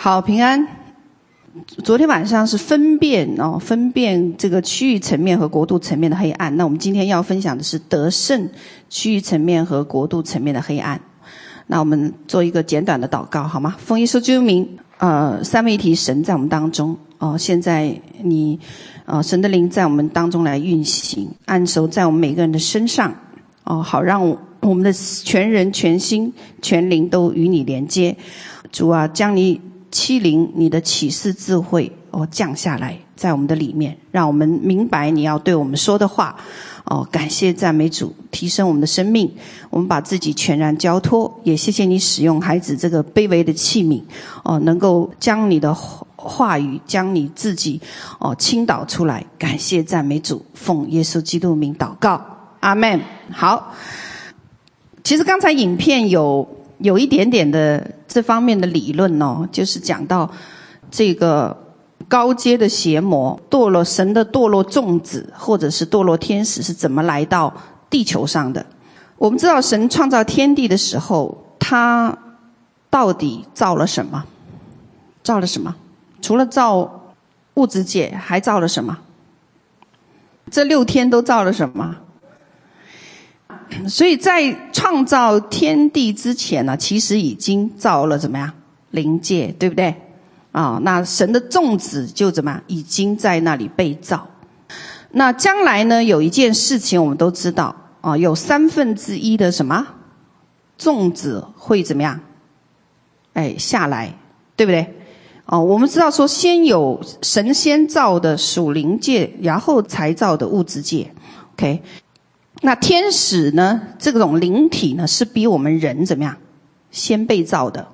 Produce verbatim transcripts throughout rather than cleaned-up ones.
好，平安。昨天晚上是分辨哦，分辨这个区域层面和国度层面的黑暗。那我们今天要分享的是得胜区域层面和国度层面的黑暗。那我们做一个简短的祷告好吗？奉耶稣基督名，呃，三位一体神在我们当中哦，现在你呃神的灵在我们当中来运行，按手在我们每个人的身上哦，好让我们的全人、全心、全灵都与你连接。主啊，将你欺凌你的启示智慧哦降下来在我们的里面，让我们明白你要对我们说的话哦。感谢赞美主，提升我们的生命，我们把自己全然交托，也谢谢你使用孩子这个卑微的器皿哦，能够将你的话语，将你自己哦倾倒出来。感谢赞美主，奉耶稣基督名祷告，阿们。好，其实刚才影片有有一点点的这方面的理论哦，就是讲到这个高阶的邪魔堕落，神的堕落种子或者是堕落天使是怎么来到地球上的。我们知道神创造天地的时候，他到底造了什么？造了什么？除了造物质界，还造了什么？这六天都造了什么？所以在创造天地之前呢，其实已经造了怎么样？灵界，对不对？啊、哦，那神的种子就怎么样？已经在那里被造。那将来呢，有一件事情我们都知道啊、哦，有三分之一的什么种子会怎么样？哎，下来，对不对？哦，我们知道说，先有神先造的属灵界，然后才造的物质界。OK。那天使呢，这种灵体呢，是比我们人怎么样先被造的。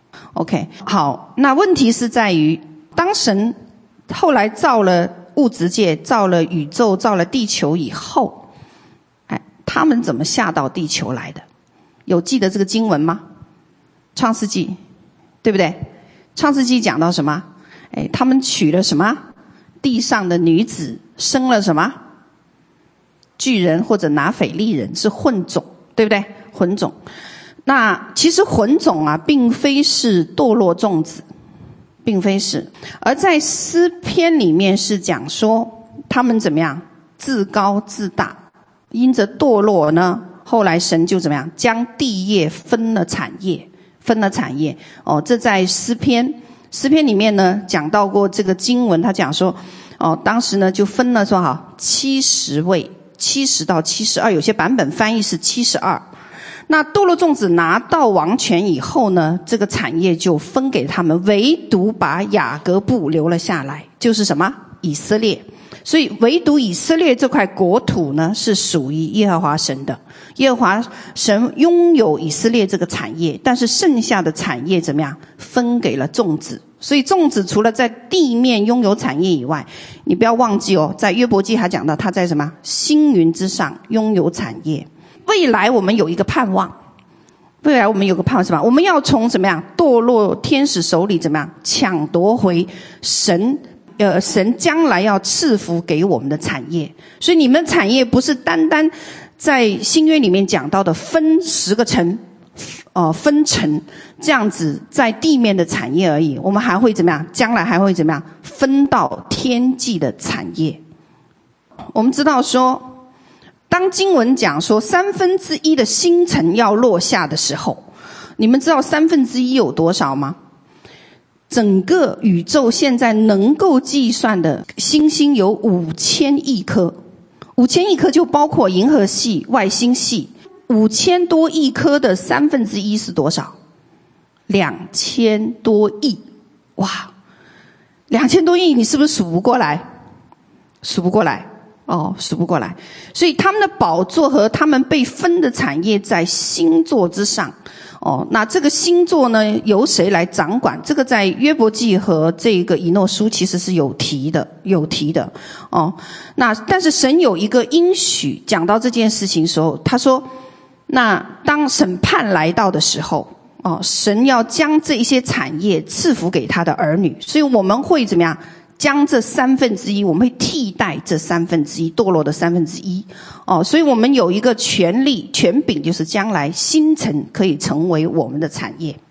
OK， 好，那问题是在于当神后来造了物质界，造了宇宙，造了地球以后，哎，他们怎么下到地球来的？有记得这个经文吗？创世纪，对不对？创世纪讲到什么？哎，他们娶了什么地上的女子，生了什么巨人或者拿腓利人，是混种，对不对？混种。那其实混种啊，并非是堕落种子，并非是。而在诗篇里面是讲说，他们怎么样？自高自大，因着堕落呢，后来神就怎么样？将地业分了产业，分了产业。哦，这在诗篇，诗篇里面呢讲到过这个经文，他讲说，哦，当时呢就分了说好七十位。七十到七十二，有些版本翻译是七十二。那堕落种子拿到王权以后呢，这个产业就分给他们，唯独把雅各布留了下来，就是什么？以色列。所以唯独以色列这块国土呢，是属于耶和华神的。耶和华神拥有以色列这个产业，但是剩下的产业怎么样？分给了种子。所以种子除了在地面拥有产业以外，你不要忘记哦，在约伯记还讲到他在什么星云之上拥有产业。未来我们有一个盼望，未来我们有个盼望什么？我们要从怎么样堕落天使手里怎么样抢夺回神呃神将来要赐福给我们的产业。所以你们的产业不是单单在新约里面讲到的分十个城呃，分成这样子在地面的产业而已，我们还会怎么样？将来还会怎么样？分到天际的产业。我们知道说，当经文讲说三分之一的星辰要落下的时候，你们知道三分之一有多少吗？整个宇宙现在能够计算的星星有五千亿颗，五千亿颗就包括银河系、外星系。五千多亿颗的三分之一是多少？两千多亿。哇，两千多亿，你是不是数不过来？数不过来哦，数不过来。所以他们的宝座和他们被分的产业在星座之上。哦，那这个星座呢，由谁来掌管？这个在约伯记和这个以诺书其实是有提的，有提的。哦，那但是神有一个应许，讲到这件事情的时候，他说，那当审判来到的时候，哦，神要将这一些产业赐福给他的儿女，所以我们会怎么样？将这三分之一，我们会替代这三分之一堕落的三分之一。哦，所以我们有一个权利权柄，就是将来星辰可以成为我们的产业。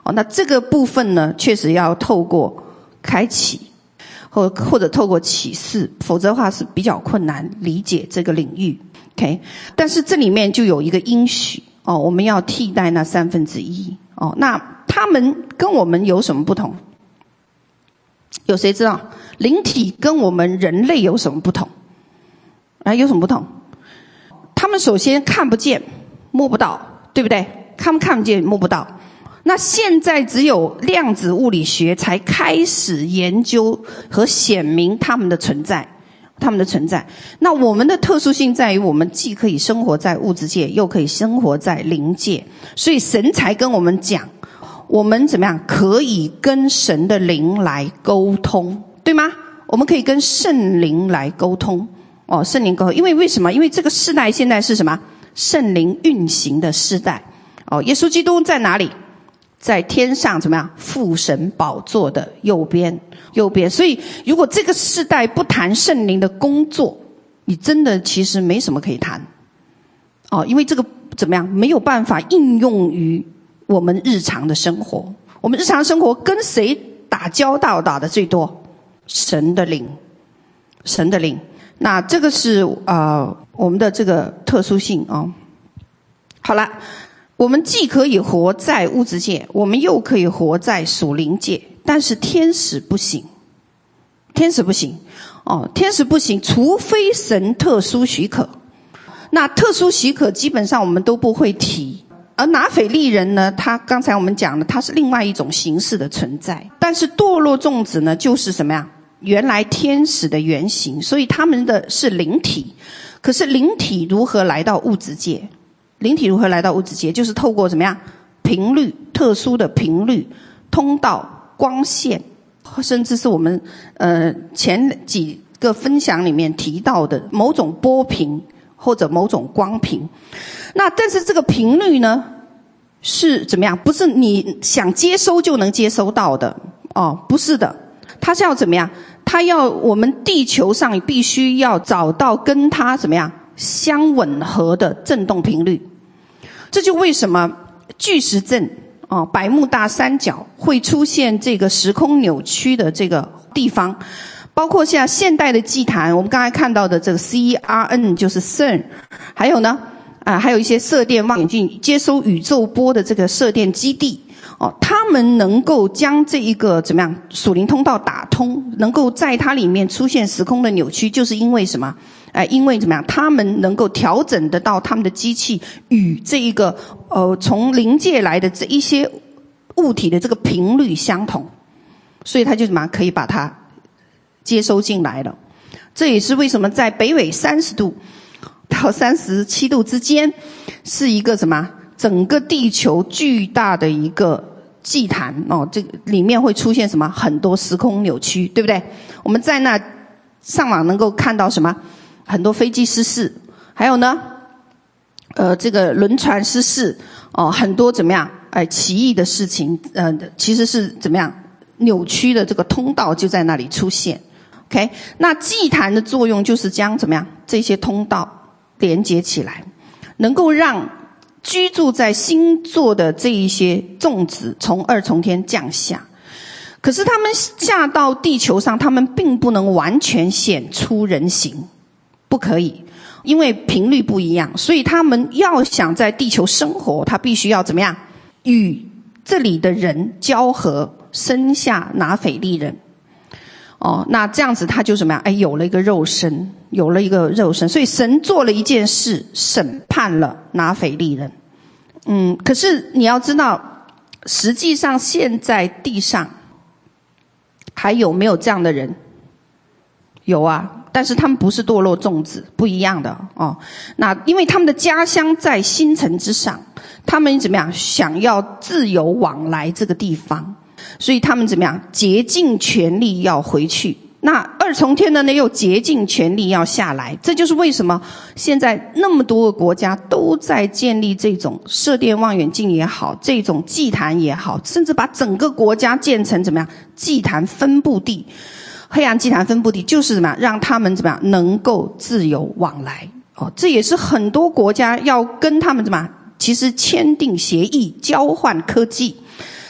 哦，那这个部分呢，确实要透过开启，或或者透过启示，否则的话是比较困难理解这个领域。OK， 但是这里面就有一个应许哦，我们要替代那三分之一哦。那他们跟我们有什么不同？有谁知道？灵体跟我们人类有什么不同？啊，有什么不同？他们首先看不见摸不到，对不对？他们看不见摸不到，那现在只有量子物理学才开始研究和显明他们的存在，他们的存在。那我们的特殊性在于我们既可以生活在物质界，又可以生活在灵界，所以神才跟我们讲，我们怎么样可以跟神的灵来沟通，对吗？我们可以跟圣灵来沟通哦，圣灵沟通。因为为什么？因为这个世代现在是什么？圣灵运行的世代哦。耶稣基督在哪里？在天上怎么样？父神宝座的右边，右边。所以如果这个世代不谈圣灵的工作，你真的其实没什么可以谈哦，因为这个怎么样没有办法应用于我们日常的生活。我们日常生活跟谁打交道打得最多？神的灵，神的灵。那这个是呃我们的这个特殊性哦。好了，我们既可以活在物质界，我们又可以活在属灵界，但是天使不行，天使不行哦，天使不行，除非神特殊许可。那特殊许可基本上我们都不会提。而拿腓利人呢，他刚才我们讲了，他是另外一种形式的存在。但是堕落众子呢，就是什么呀？原来天使的原型，所以他们的是灵体。可是灵体如何来到物质界？灵体如何来到物质界？就是透过怎么样？频率，特殊的频率通道、光线，甚至是我们呃前几个分享里面提到的某种波频或者某种光频。那但是这个频率呢，是怎么样？不是你想接收就能接收到的哦，不是的。它是要怎么样？它要我们地球上必须要找到跟它怎么样相吻合的振动频率。这就为什么巨石阵哦，百慕大三角会出现这个时空扭曲的这个地方，包括像现代的祭坛，我们刚才看到的这个 C E R N 就是 C E R N， 还有呢啊，还有一些射电望远镜接收宇宙波的这个射电基地哦，他们能够将这一个怎么样属灵通道打通，能够在它里面出现时空的扭曲，就是因为什么？哎、呃，因为怎么样？他们能够调整得到他们的机器与这一个呃从灵界来的这一些物体的这个频率相同，所以他就怎么样可以把它接收进来了。这也是为什么在北纬三十度到三十七度之间是一个什么？整个地球巨大的一个祭坛哦，这个里面会出现什么？很多时空扭曲，对不对？我们在那上网能够看到什么？很多飞机失事，还有呢，呃，这个轮船失事哦，很多怎么样？哎，奇异的事情，呃，其实是怎么样？扭曲的这个通道就在那里出现。OK， 那祭坛的作用就是将怎么样这些通道连接起来，能够让居住在星座的这一些众子从二重天降下。可是他们下到地球上，他们并不能完全显出人形，不可以，因为频率不一样，所以他们要想在地球生活，他必须要怎么样与这里的人交合，生下拿腓利人。哦，那这样子他就怎么样？哎，有了一个肉身，有了一个肉身，所以神做了一件事，审判了拿腓利人。嗯，可是你要知道，实际上现在地上还有没有这样的人？有啊，但是他们不是堕落众子，不一样的哦。那因为他们的家乡在星辰之上，他们怎么样想要自由往来这个地方？所以他们怎么样竭尽全力要回去，那二重天的呢又竭尽全力要下来。这就是为什么现在那么多个国家都在建立这种射电望远镜也好，这种祭坛也好，甚至把整个国家建成怎么样祭坛分布地，黑暗祭坛分布地，就是怎么样让他们怎么样能够自由往来。哦，这也是很多国家要跟他们怎么样其实签订协议，交换科技。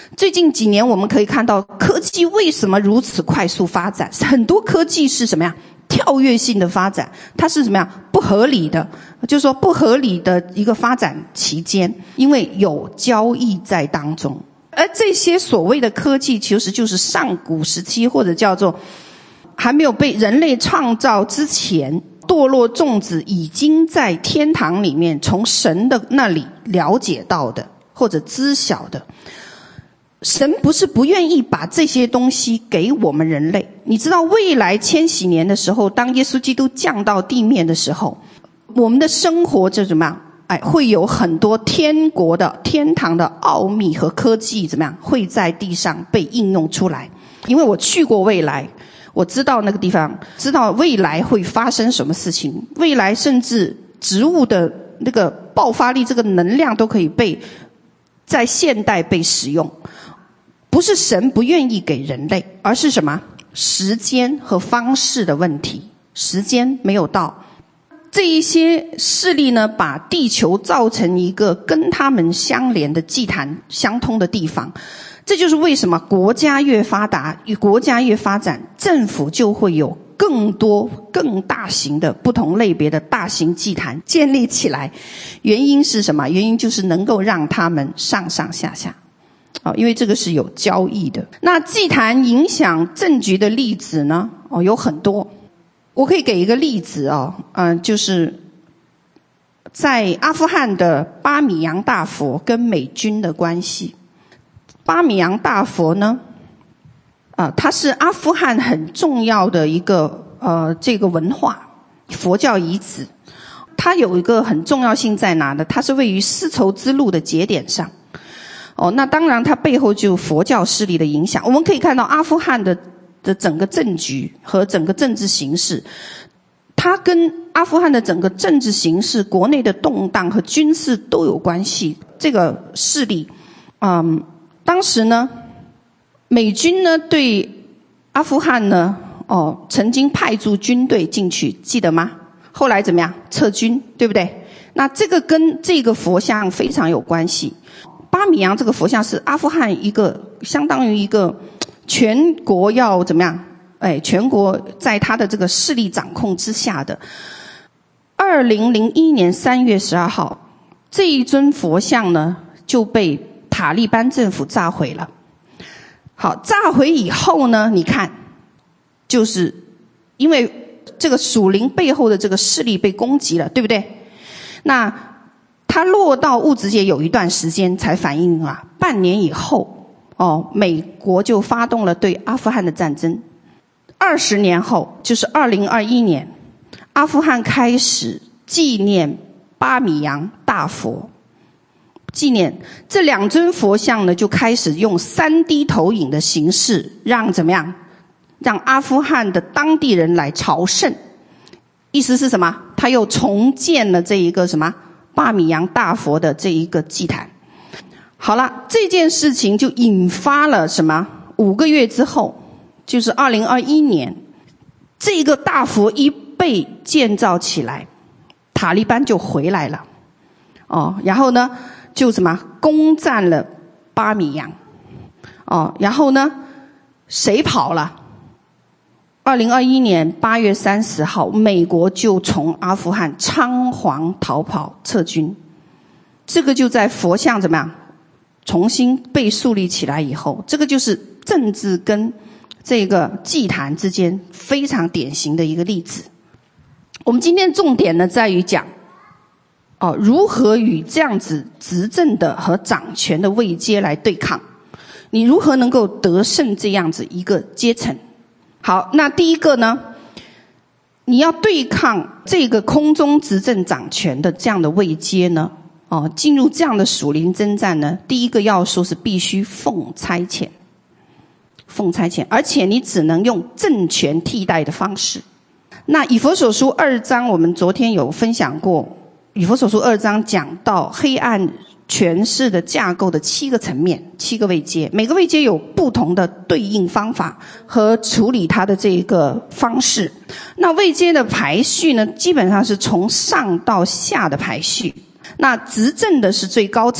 最近几年我们可以看到科技为什么如此快速发展，很多科技是什么呀？跳跃性的发展，它是什么呀？不合理的，就是说不合理的一个发展期间，因为有交易在当中。而这些所谓的科技其实就是上古时期，或者叫做还没有被人类创造之前，堕落众子已经在天堂里面从神的那里了解到的，或者知晓的。神不是不愿意把这些东西给我们人类。你知道未来千禧年的时候，当耶稣基督降到地面的时候，我们的生活就怎么样？哎，会有很多天国的天堂的奥秘和科技怎么样会在地上被应用出来。因为我去过未来，我知道那个地方，知道未来会发生什么事情，未来甚至植物的那个爆发力，这个能量都可以被在现代被使用。不是神不愿意给人类，而是什么？时间和方式的问题，时间没有到。这一些势力呢，把地球造成一个跟他们相连的祭坛相通的地方。这就是为什么国家越发达，国家越发展，政府就会有更多更大型的不同类别的大型祭坛建立起来。原因是什么？原因就是能够让他们上上下下。哦，因为这个是有交易的。那祭坛影响政局的例子呢？哦，有很多。我可以给一个例子哦，嗯、呃，就是在阿富汗的巴米扬大佛跟美军的关系。巴米扬大佛呢，啊、呃，它是阿富汗很重要的一个呃这个文化佛教遗址。它有一个很重要性在哪呢？它是位于丝绸之路的节点上。哦，那当然它背后就有佛教势力的影响。我们可以看到阿富汗的的整个政局和整个政治形势，它跟阿富汗的整个政治形势、国内的动荡和军事都有关系。这个势力，嗯，当时呢，美军呢对阿富汗呢，哦，曾经派驻军队进去，记得吗？后来怎么样？撤军，对不对？那这个跟这个佛像非常有关系。巴米扬这个佛像是阿富汗一个相当于一个全国要怎么样？哎，全国在他的这个势力掌控之下的。二零零一年三月十二号，这一尊佛像呢就被塔利班政府炸毁了。好，炸毁以后呢，你看，就是因为这个属灵背后的这个势力被攻击了，对不对？那它落到物质界有一段时间才反应啊，半年以后，哦，美国就发动了对阿富汗的战争。二十年后，就是二零二一年，阿富汗开始纪念巴米扬大佛，纪念这两尊佛像呢，就开始用 三 D 投影的形式，让怎么样？让阿富汗的当地人来朝圣。意思是什么？他又重建了这一个什么？巴米扬大佛的这一个祭坛。好了，这件事情就引发了什么？五个月之后，就是二零二一年，这个大佛一被建造起来，塔利班就回来了。哦，然后呢，就什么攻占了巴米扬。哦，然后呢，谁跑了？二零二一年八月三十号，美国就从阿富汗仓皇逃跑撤军。这个就在佛像怎么样重新被树立起来以后，这个就是政治跟这个祭坛之间非常典型的一个例子。我们今天重点呢在于讲哦，如何与这样子执政的和掌权的位阶来对抗，你如何能够得胜这样子一个阶层。好，那第一个呢，你要对抗这个空中执政掌权的这样的位阶呢，哦，进入这样的属灵征战呢，第一个要素是必须奉差遣，奉差遣，而且你只能用政权替代的方式。那以弗所书二章，我们昨天有分享过，以弗所书二章讲到黑暗权势的架构的七个层面，七个位阶，每个位阶有不同的对应方法和处理它的这个方式。那位阶的排序呢，基本上是从上到下的排序。那执政的是最高层，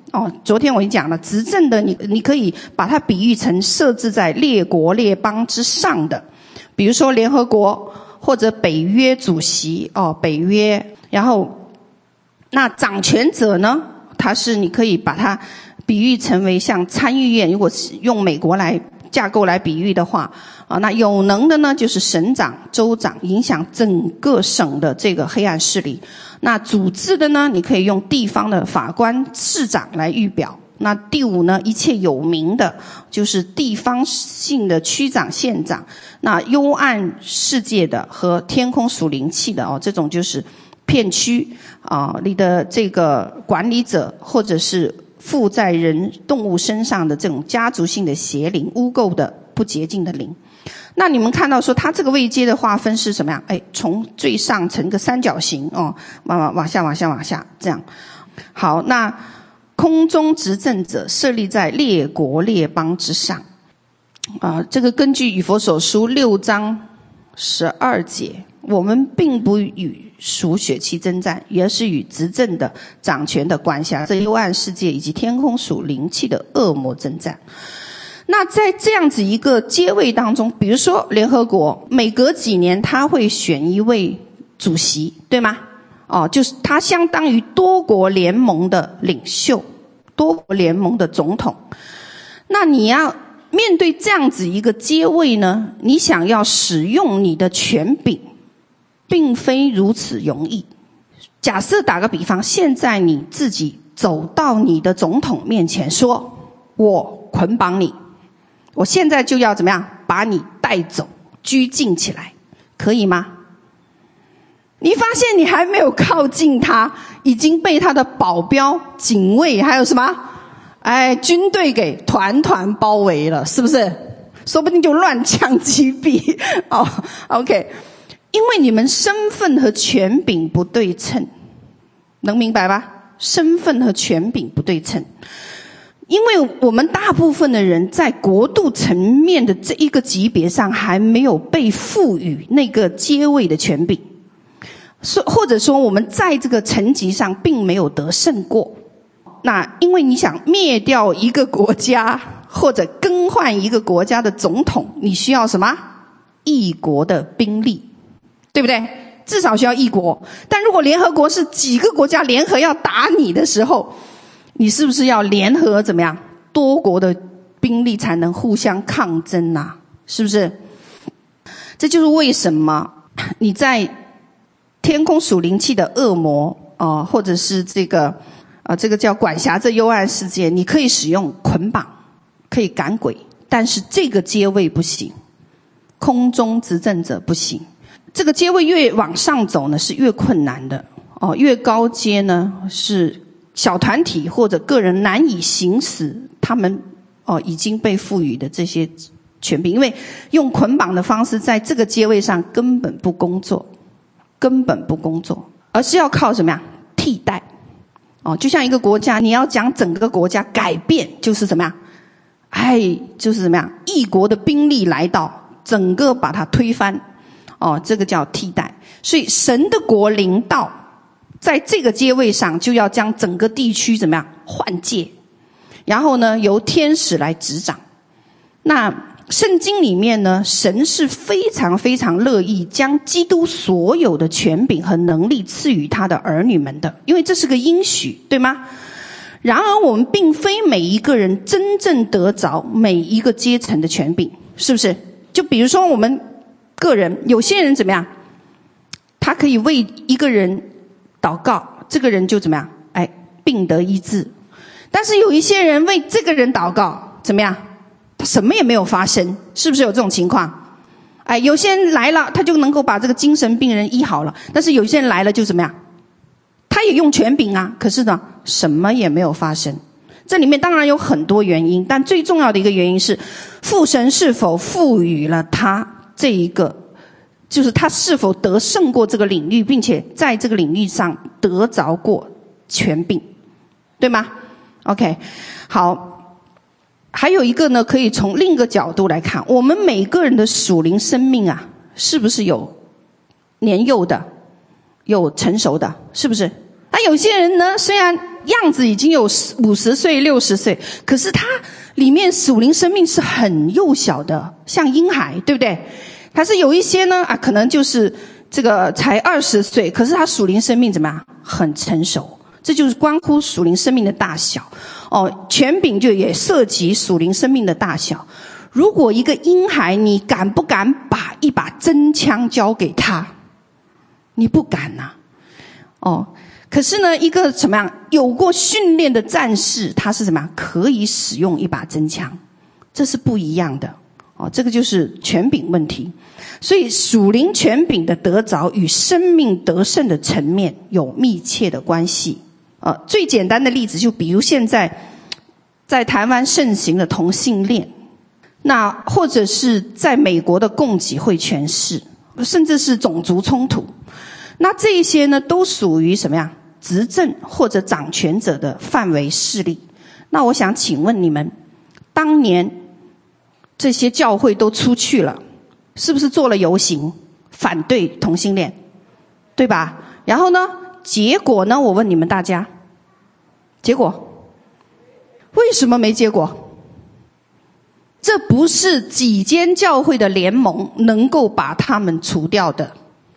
哦，昨天我已经讲了，执政的你你可以把它比喻成设置在列国列邦之上的，比如说联合国或者北约主席哦，北约。然后那掌权者呢，他是你可以把它比喻成为像参议院，如果是用美国来架构来比喻的话啊，那有能的呢就是省长、州长，影响整个省的这个黑暗势力。那组织的呢，你可以用地方的法官、市长来预表。那第五呢，一切有名的就是地方性的区长、县长。那幽暗世界的和天空属灵气的哦，这种就是片区啊，你的这个管理者或者是附在人动物身上的这种家族性的邪灵，污垢的不洁净的灵。那你们看到说它这个位阶的划分是什么样？哎，从最上成个三角形哦，慢慢往下往下往下这样。好，那空中执政者设立在列国列邦之上啊，这个根据以弗所书六章十二节，我们并不与属血气征战，而是与执政的、掌权的、管辖这幽暗世界以及天空属灵气的恶魔征战。那在这样子一个阶位当中，比如说联合国每隔几年他会选一位主席，对吗？哦，就是他相当于多国联盟的领袖，多国联盟的总统。那你要面对这样子一个阶位呢，你想要使用你的权柄并非如此容易。假设打个比方，现在你自己走到你的总统面前说，我捆绑你，我现在就要怎么样把你带走，拘禁起来，可以吗？你发现你还没有靠近他，已经被他的保镖、警卫还有什么哎军队给团团包围了，是不是？说不定就乱枪击毙哦 OK， 因为你们身份和权柄不对称，能明白吧？身份和权柄不对称，因为我们大部分的人在国度层面的这一个级别上还没有被赋予那个阶位的权柄，或者说我们在这个层级上并没有得胜过。那因为你想灭掉一个国家或者更换一个国家的总统，你需要什么？一国的兵力，对不对？至少需要一国。但如果联合国是几个国家联合要打你的时候，你是不是要联合怎么样多国的兵力才能互相抗争啊？是不是？这就是为什么你在天空属灵气的恶魔啊、呃，或者是这个啊、呃，这个叫管辖这幽暗世界，你可以使用捆绑，可以赶鬼，但是这个阶位不行，空中执政者不行。这个阶位越往上走呢，是越困难的哦，越高阶呢是小团体或者个人难以行使他们哦已经被赋予的这些权柄，因为用捆绑的方式在这个阶位上根本不工作。根本不工作，而是要靠什么呀？替代。哦，就像一个国家，你要讲整个国家改变，就是怎么样？哎，就是怎么样？一国的兵力来到，整个把它推翻。哦，这个叫替代。所以神的国临到，在这个阶位上，就要将整个地区怎么样换届，然后呢，由天使来执掌。那圣经里面呢，神是非常非常乐意将基督所有的权柄和能力赐予他的儿女们的，因为这是个应许，对吗？然而我们并非每一个人真正得着每一个阶层的权柄，是不是？就比如说我们个人，有些人怎么样，他可以为一个人祷告，这个人就怎么样，哎，病得医治。但是有一些人为这个人祷告，怎么样，他什么也没有发生，是不是有这种情况？哎，有些人来了，他就能够把这个精神病人医好了，但是有些人来了就怎么样？他也用权柄啊，可是呢，什么也没有发生。这里面当然有很多原因，但最重要的一个原因是，父神是否赋予了他这一个，就是他是否得胜过这个领域，并且在这个领域上得着过权柄，对吗 ？OK， 好。还有一个呢，可以从另一个角度来看，我们每个人的属灵生命啊，是不是有年幼的，有成熟的，是不是？那有些人呢，虽然样子已经有五十岁、六十岁，可是他里面属灵生命是很幼小的，像婴孩，对不对？还是有一些呢啊，可能就是这个才二十岁，可是他属灵生命怎么样？很成熟。这就是关乎属灵生命的大小。哦，权柄就也涉及属灵生命的大小。如果一个婴孩，你敢不敢把一把真枪交给他？你不敢呐、啊。哦，可是呢，一个怎么样有过训练的战士，他是怎么样可以使用一把真枪？这是不一样的。哦，这个就是权柄问题。所以属灵权柄的得着与生命得胜的层面有密切的关系。呃，最简单的例子就比如现在在台湾盛行的同性恋，那或者是在美国的共济会权势，甚至是种族冲突，那这些呢都属于什么样执政或者掌权者的范围势力。那我想请问你们，当年这些教会都出去了，是不是做了游行反对同性恋，对吧？然后呢，结果呢，我问你们大家，结果为什么没结果？这不是几间教会的联盟能够把他们除掉的。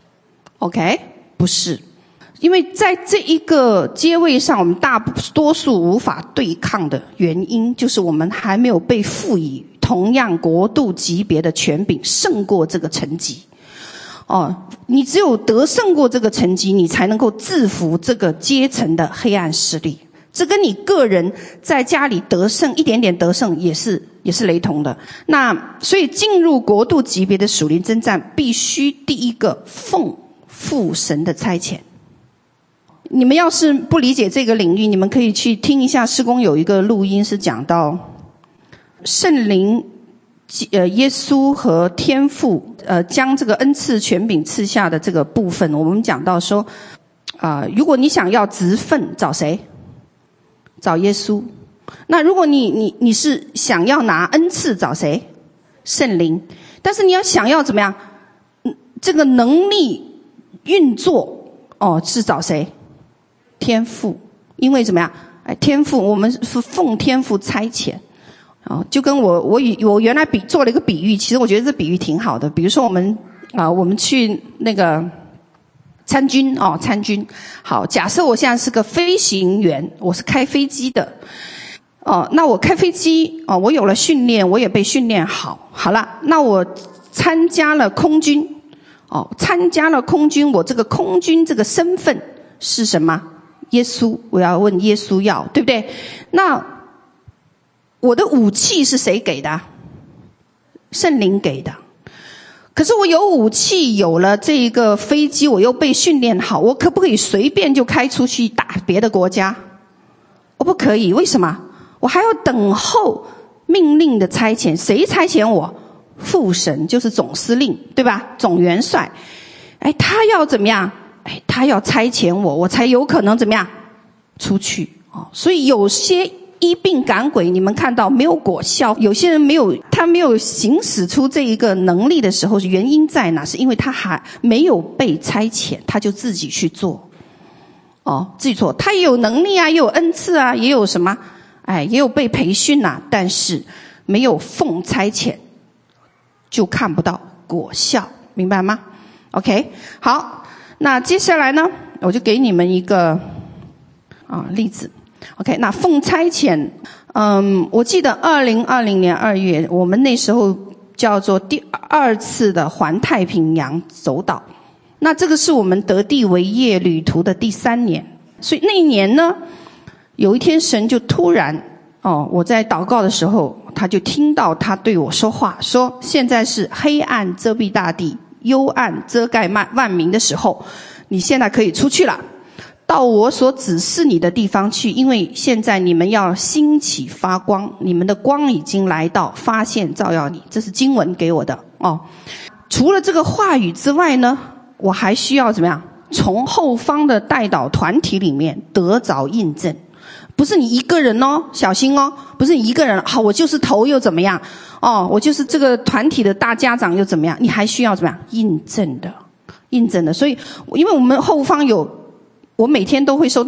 OK， 不是。因为在这一个阶位上，我们大多数无法对抗的原因，就是我们还没有被赋予同样国度级别的权柄，胜过这个层级。哦，你只有得胜过这个层级，你才能够制服这个阶层的黑暗势力。这跟你个人在家里得胜一点点得胜也是也是雷同的。那所以进入国度级别的属灵征战，必须第一个奉父神的差遣。你们要是不理解这个领域，你们可以去听一下施工有一个录音，是讲到圣灵呃，耶稣和天父呃，将这个恩赐权柄赐下的这个部分，我们讲到说啊、呃，如果你想要职分，找谁？找耶稣。那如果你你你是想要拿恩赐，找谁？圣灵。但是你要想要怎么样？嗯，这个能力运作哦，是找谁？天父。因为怎么样？哎，天父，我们是奉天父差遣。哦，就跟我我我原来比做了一个比喻，其实我觉得这比喻挺好的。比如说我们啊、呃，我们去那个参军哦，参军。好，假设我现在是个飞行员，我是开飞机的。哦，那我开飞机哦，我有了训练，我也被训练好。好了，那我参加了空军。哦，参加了空军，我这个空军这个身份是什么？耶稣，我要问耶稣要，对不对？那我的武器是谁给的？圣灵给的。可是我有武器，有了这个飞机，我又被训练好，我可不可以随便就开出去打别的国家？我不可以，为什么？我还要等候命令的差遣。谁差遣我？父神，就是总司令，对吧？总元帅。哎，他要怎么样？哎，他要差遣我，我才有可能怎么样出去。哦，所以有些医病赶鬼，你们看到没有果效，有些人没有，他没有行使出这一个能力的时候，原因在哪？是因为他还没有被差遣，他就自己去做。哦，自己做，他也有能力啊，也有恩赐啊，也有什么，哎，也有被培训啊，但是没有奉差遣，就看不到果效，明白吗 ？OK， 好，那接下来呢，我就给你们一个啊例子。OK， 那奉差遣，嗯，我记得二零二零年二月，我们那时候叫做第二次的环太平洋走岛。那这个是我们得地为业旅途的第三年，所以那一年呢，有一天神就突然哦，我在祷告的时候，他就听到他对我说话，说现在是黑暗遮蔽大地，幽暗遮盖万万民的时候，你现在可以出去了，到我所指示你的地方去，因为现在你们要兴起发光，你们的光已经来到，发现照耀你。这是经文给我的哦。除了这个话语之外呢，我还需要怎么样？从后方的代祷团体里面得着印证。不是你一个人哦，小心哦，不是你一个人，好，我就是头又怎么样？哦，我就是这个团体的大家长又怎么样？你还需要怎么样？印证的，印证的。所以，因为我们后方有，我每天都会收到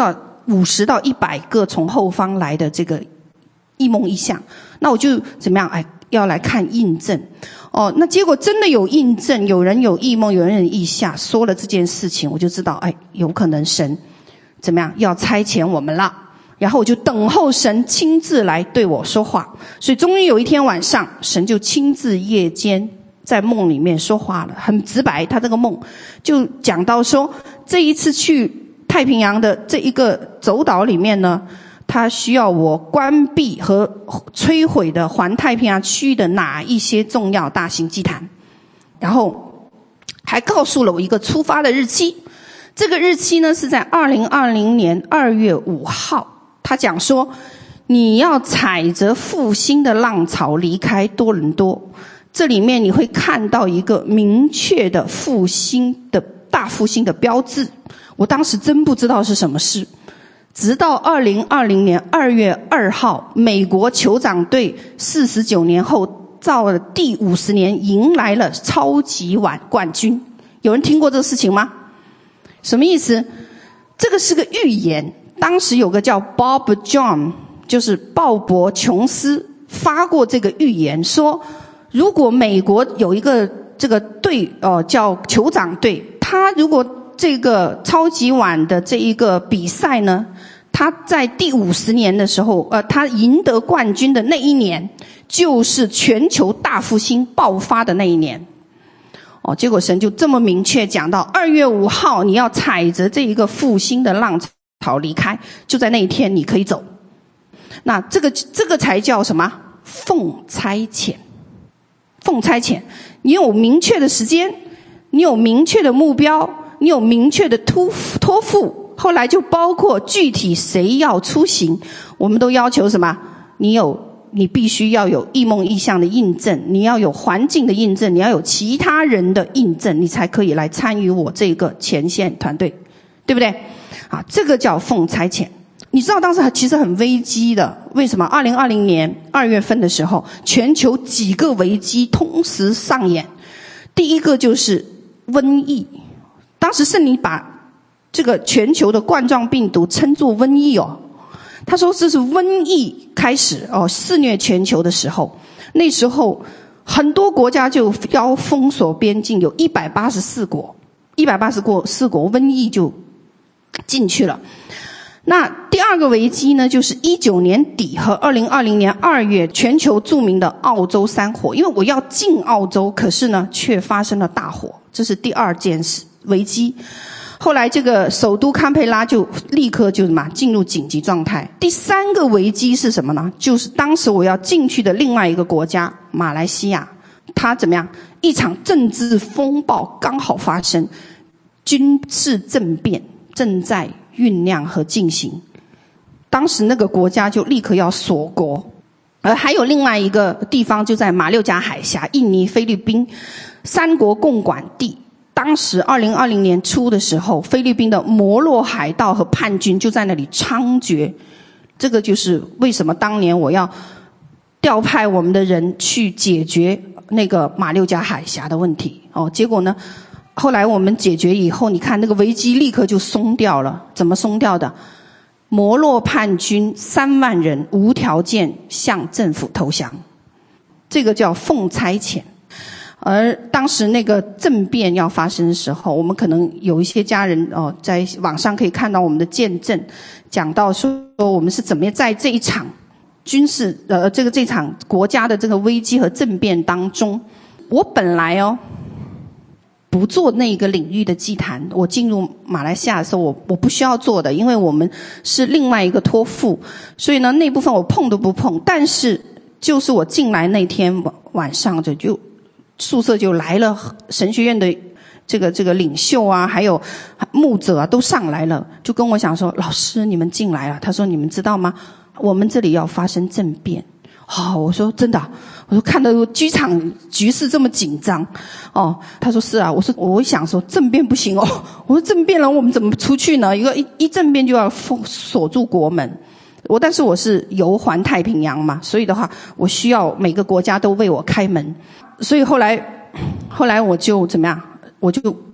五十到一百个从后方来的这个异梦异象，那我就怎么样？哎，要来看印证。哦，那结果真的有印证，有人有异梦，有人有异象，说了这件事情，我就知道，哎，有可能神怎么样要差遣我们了。然后我就等候神亲自来对我说话。所以终于有一天晚上，神就亲自夜间在梦里面说话了，很直白。他这个梦就讲到说，这一次去太平洋的这一个走岛里面呢，他需要我关闭和摧毁的环太平洋区域的哪一些重要大型祭坛，然后还告诉了我一个出发的日期。这个日期呢是在二零二零年二月五号。他讲说，你要踩着复兴的浪潮离开多伦多，这里面你会看到一个明确的复兴的大复兴的标志。我当时真不知道是什么事，直到二零二零年二月二号，美国酋长队四十九年后造了第五十年，迎来了超级碗冠军。有人听过这个事情吗？什么意思？这个是个预言。当时有个叫 Bob John， 就是鲍勃琼斯发过这个预言，说如果美国有一个这个队哦、呃、叫酋长队，他如果这个超级碗的这一个比赛呢，他在第五十年的时候，呃，他赢得冠军的那一年，就是全球大复兴爆发的那一年。哦，结果神就这么明确讲到，二月五号你要踩着这一个复兴的浪潮离开，就在那一天你可以走。那这个这个才叫什么？奉差遣。奉差遣，你有明确的时间，你有明确的目标，你有明确的托托付。后来就包括具体谁要出行，我们都要求什么？你有，你必须要有异梦异象的印证，你要有环境的印证，你要有其他人的印证，你才可以来参与我这个前线团队，对不对？啊，这个叫奉差遣。你知道当时其实很危机的，为什么？二零二零年二月份的时候，全球几个危机同时上演。第一个就是瘟疫，当时圣灵把这个全球的冠状病毒称作瘟疫哦。他说这是瘟疫开始哦肆虐全球的时候，那时候很多国家就要封锁边境，有一百八十四国，一百八十四国瘟疫就进去了。那第二个危机呢，就是一九年底和二零二零年二月全球著名的澳洲山火，因为我要进澳洲，可是呢却发生了大火，这是第二件事危机。后来这个首都堪培拉就立刻就什么进入紧急状态。第三个危机是什么呢？就是当时我要进去的另外一个国家马来西亚，它怎么样？一场政治风暴刚好发生，军事政变正在酝酿和进行。当时那个国家就立刻要锁国。而还有另外一个地方就在马六甲海峡，印尼、菲律宾三国共管地。当时二零二零年初的时候，菲律宾的摩洛海盗和叛军就在那里猖獗。这个就是为什么当年我要调派我们的人去解决那个马六甲海峡的问题。哦，结果呢，后来我们解决以后，你看那个危机立刻就松掉了。怎么松掉的？摩洛叛军三万人无条件向政府投降，这个叫奉差遣。而当时那个政变要发生的时候，我们可能有一些家人哦，在网上可以看到我们的见证，讲到说我们是怎么在这一场军事呃这个这场国家的这个危机和政变当中，我本来哦不做那个领域的祭坛，我进入马来西亚的时候，我我不需要做的，因为我们是另外一个托付，所以呢那部分我碰都不碰。但是就是我进来那天晚上就就。宿舍就来了神学院的这个这个领袖啊，还有牧者啊，都上来了，就跟我讲说，老师你们进来了。他说你们知道吗？我们这里要发生政变。哦，我说真的啊？我说看到机场局势这么紧张。哦，他说是啊。我说我想说政变不行哦。我说政变了我们怎么出去呢？一个一一政变就要封锁住国门。我但是我是游环太平洋嘛，所以的话我需要每个国家都为我开门。所以后来后来我就怎么样，我就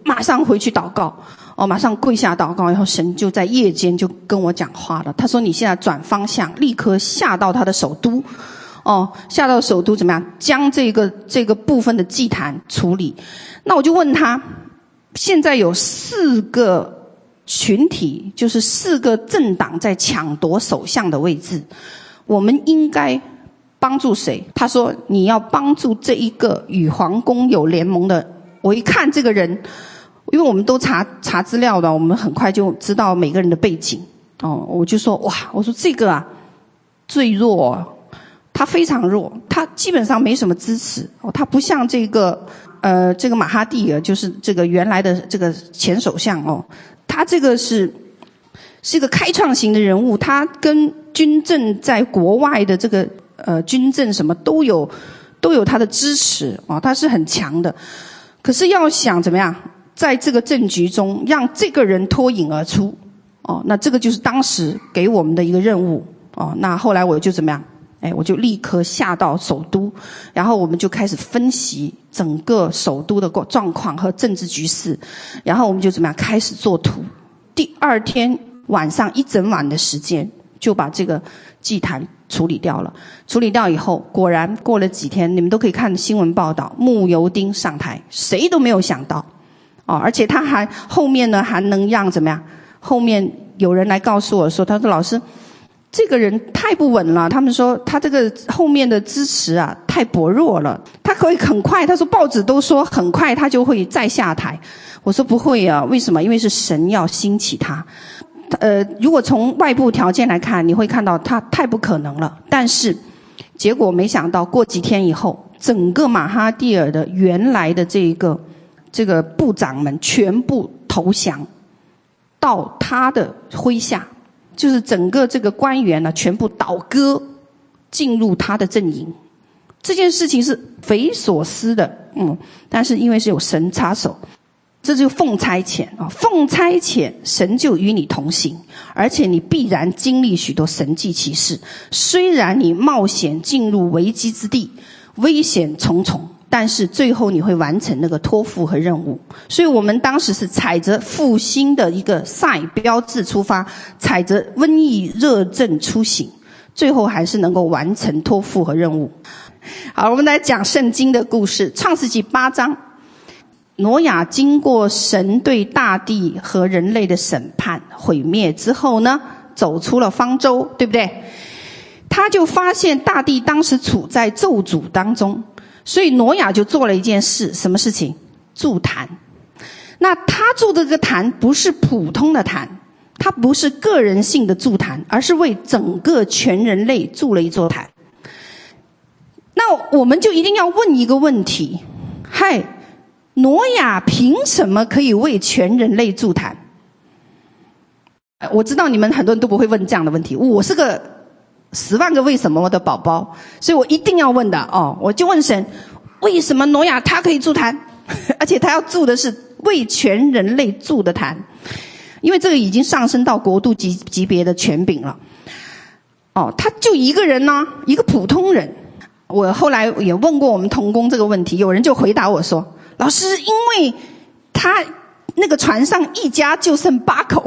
马上回去祷告，哦，马上跪下祷告，然后神就在夜间就跟我讲话了。他说你现在转方向，立刻下到他的首都，哦，下到首都怎么样？将这个这个部分的祭坛处理。那我就问他，现在有四个群体，就是四个政党在抢夺首相的位置，我们应该帮助谁？他说你要帮助这一个与皇宫有联盟的。我一看这个人，因为我们都查查资料的，我们很快就知道每个人的背景。哦，我就说哇，我说这个啊最弱，他非常弱，他基本上没什么支持。哦，他不像这个呃这个马哈蒂尔，就是这个原来的这个前首相哦，他这个是是一个开创型的人物，他跟军政在国外的这个呃军政什么都有都有他的支持哦，他是很强的。可是要想怎么样在这个政局中让这个人脱颖而出哦，那这个就是当时给我们的一个任务哦。那后来我就怎么样？哎，我就立刻下到首都，然后我们就开始分析整个首都的状况和政治局势，然后我们就怎么样开始做图。第二天晚上一整晚的时间就把这个祭坛处理掉了。处理掉以后，果然过了几天，你们都可以看新闻报道，慕尤丁上台，谁都没有想到哦，而且他还后面呢还能让怎么样？后面有人来告诉我说，他说老师，这个人太不稳了，他们说他这个后面的支持啊太薄弱了，他可以很快，他说报纸都说很快他就会再下台。我说不会啊，为什么？因为是神要兴起他。呃，如果从外部条件来看，你会看到他太不可能了。但是结果没想到，过几天以后，整个马哈蒂尔的原来的这个这个部长们全部投降到他的麾下，就是整个这个官员呢全部倒戈进入他的阵营。这件事情是匪夷所思的，嗯，但是因为是有神插手。这就奉差遣啊，奉差遣，神就与你同行，而且你必然经历许多神迹奇事。虽然你冒险进入危机之地，危险重重，但是最后你会完成那个托付和任务。所以我们当时是踩着复兴的一个赛标志出发，踩着瘟疫热症出行，最后还是能够完成托付和任务。好，我们来讲圣经的故事，创世纪八章。挪亚经过神对大地和人类的审判毁灭之后呢，走出了方舟，对不对？他就发现大地当时处在咒诅当中，所以挪亚就做了一件事，什么事情？筑坛。那他筑的这个坛不是普通的坛，他不是个人性的筑坛，而是为整个全人类筑了一座坛。那我们就一定要问一个问题，嗨，挪亚凭什么可以为全人类筑坛？我知道你们很多人都不会问这样的问题，我是个十万个为什么的宝宝，所以我一定要问的哦。我就问神，为什么挪亚他可以筑坛，而且他要筑的是为全人类筑的坛？因为这个已经上升到国度级级别的权柄了。哦，他就一个人呢、啊，一个普通人。我后来也问过我们同工这个问题，有人就回答我说，老师，因为他那个船上一家就剩八口，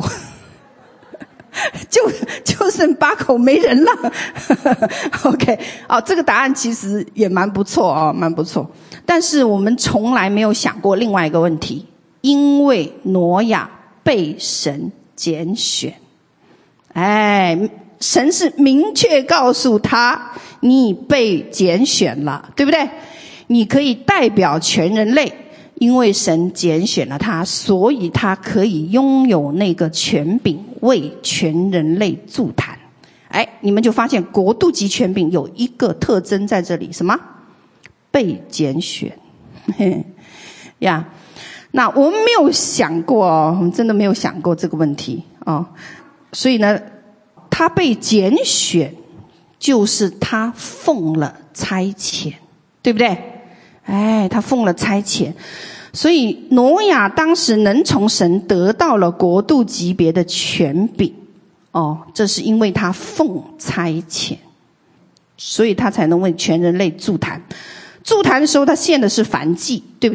就就剩八口没人了。OK， 哦，这个答案其实也蛮不错哦，蛮不错。但是我们从来没有想过另外一个问题，因为挪亚被神拣选，哎，神是明确告诉他，你被拣选了，对不对？你可以代表全人类，因为神拣选了他，所以他可以拥有那个权柄，为全人类筑坛。哎，你们就发现国度级权柄有一个特征在这里，什么？被拣选。呀，那我们没有想过哦，我们真的没有想过这个问题哦。所以呢，他被拣选，就是他奉了差遣，对不对？哎，他奉了差遣，所以挪亚当时能从神得到了国度级别的权柄，哦，这是因为他奉差遣，所以他才能为全人类筑坛。筑坛的时候，他献的是燔祭，对不对？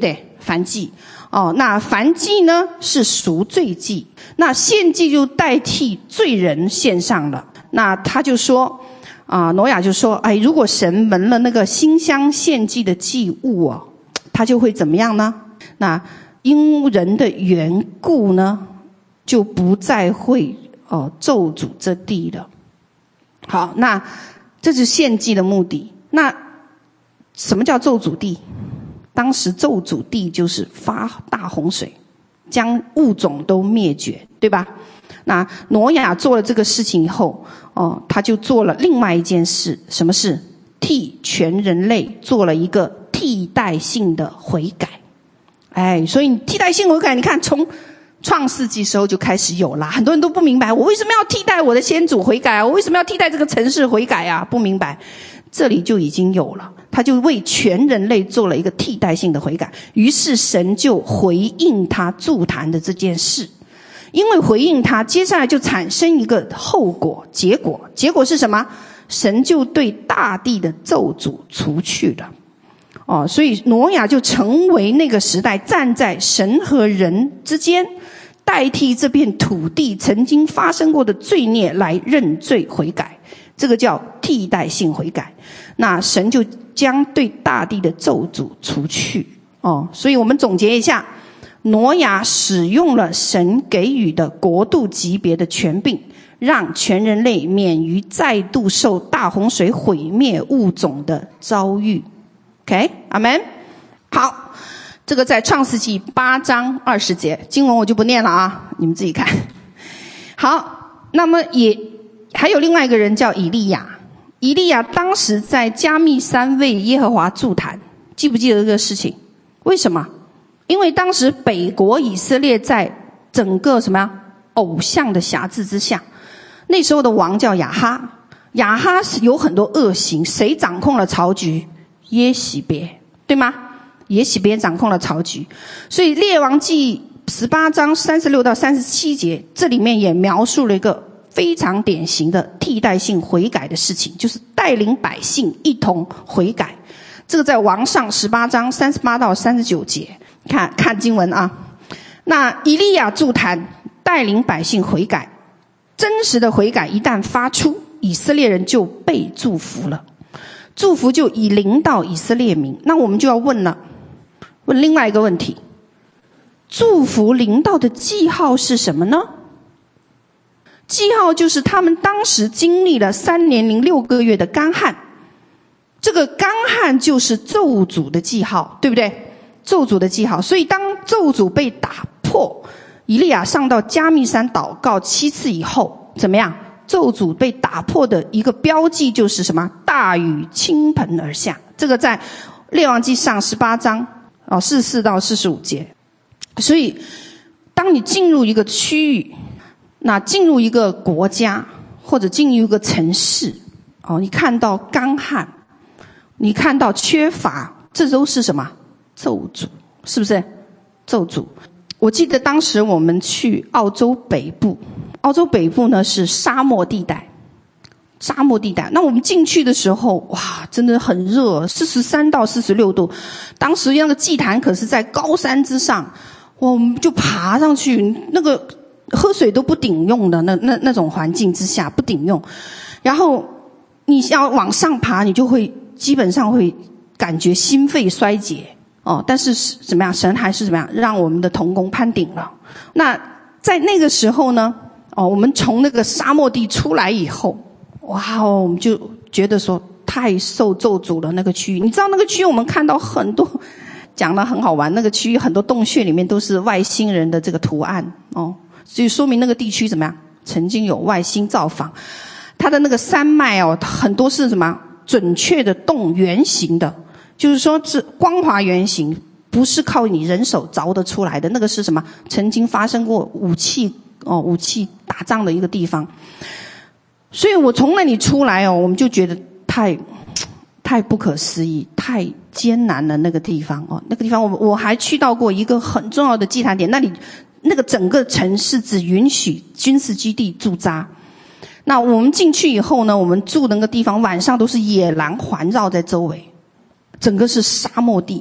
燔祭。哦，那燔祭呢是赎罪祭，那献祭就代替罪人献上了。那他就说啊，挪亚就说，哎，如果神闻了那个馨香献祭的祭物哦，他就会怎么样呢？那因人的缘故呢，就不再会哦咒诅这地了。好，那这是献祭的目的。那什么叫咒诅地？当时咒诅地就是发大洪水，将物种都灭绝，对吧？那挪亚做了这个事情以后，哦，他就做了另外一件事，什么事？替全人类做了一个替代性的悔改。哎，所以替代性悔改，你看从创世纪时候就开始有了，很多人都不明白，我为什么要替代我的先祖悔改啊？我为什么要替代这个城市悔改啊？不明白，这里就已经有了。他就为全人类做了一个替代性的悔改，于是神就回应他筑坛的这件事。因为回应他，接下来就产生一个后果，结果结果是什么？神就对大地的咒诅除去了。哦，所以挪亚就成为那个时代站在神和人之间，代替这片土地曾经发生过的罪孽来认罪悔改，这个叫替代性悔改。那神就将对大地的咒诅除去。哦，所以我们总结一下，挪亚使用了神给予的国度级别的权柄，让全人类免于再度受大洪水毁灭物种的遭遇。OK， 阿们。好，这个在创世纪八章二十节，经文我就不念了啊，你们自己看。好，那么也还有另外一个人叫以利亚。以利亚当时在加密山为耶和华筑坛，记不记得这个事情？为什么？因为当时北国以色列在整个什么呀偶像的辖制之下，那时候的王叫亚哈，亚哈有很多恶行，谁掌控了朝局？耶洗别，对吗？耶洗别掌控了朝局，所以列王记十八章三十六到三十七节，这里面也描述了一个非常典型的替代性悔改的事情，就是带领百姓一同悔改。这个在王上十八章三十八到三十九节，看看经文啊。那以利亚筑坛，带领百姓悔改，真实的悔改一旦发出，以色列人就被祝福了，祝福就已临到以色列民。那我们就要问了，问另外一个问题，祝福临到的记号是什么呢？记号就是他们当时经历了三年零六个月的干旱，这个干旱就是咒诅的记号，对不对？咒诅的记号。所以当咒诅被打破，以利亚上到加密山祷告七次以后，怎么样？咒诅被打破的一个标记就是什么？大雨倾盆而下。这个在列王记上十八章哦四十四到四十五节。所以当你进入一个区域，那进入一个国家或者进入一个城市，哦，你看到干旱，你看到缺乏，这都是什么？咒诅，是不是？咒诅。我记得当时我们去澳洲北部，澳洲北部呢是沙漠地带，沙漠地带。那我们进去的时候，哇，真的很热，四十三到四十六度。当时那个祭坛可是在高山之上，我们就爬上去，那个喝水都不顶用的那那那种环境之下不顶用，然后你要往上爬，你就会基本上会感觉心肺衰竭哦。但是怎么样，神还是怎么样让我们的同工攀顶了。那在那个时候呢，哦，我们从那个沙漠地出来以后，哇哦，我们就觉得说太受咒诅了那个区域。你知道那个区域我们看到很多。讲得很好玩，那个区域很多洞穴里面都是外星人的这个图案哦，所以说明那个地区怎么样？曾经有外星造访。它的那个山脉哦，很多是什么？准确的洞，圆形的，就是说是光滑圆形，不是靠你人手凿得出来的。那个是什么？曾经发生过武器哦，武器打仗的一个地方。所以我从那里出来哦，我们就觉得太。太不可思议，太艰难了那个地方哦，那个地方我我还去到过一个很重要的祭坛点，那里那个整个城市只允许军事基地驻扎。那我们进去以后呢，我们住的那个地方晚上都是野狼环绕在周围，整个是沙漠地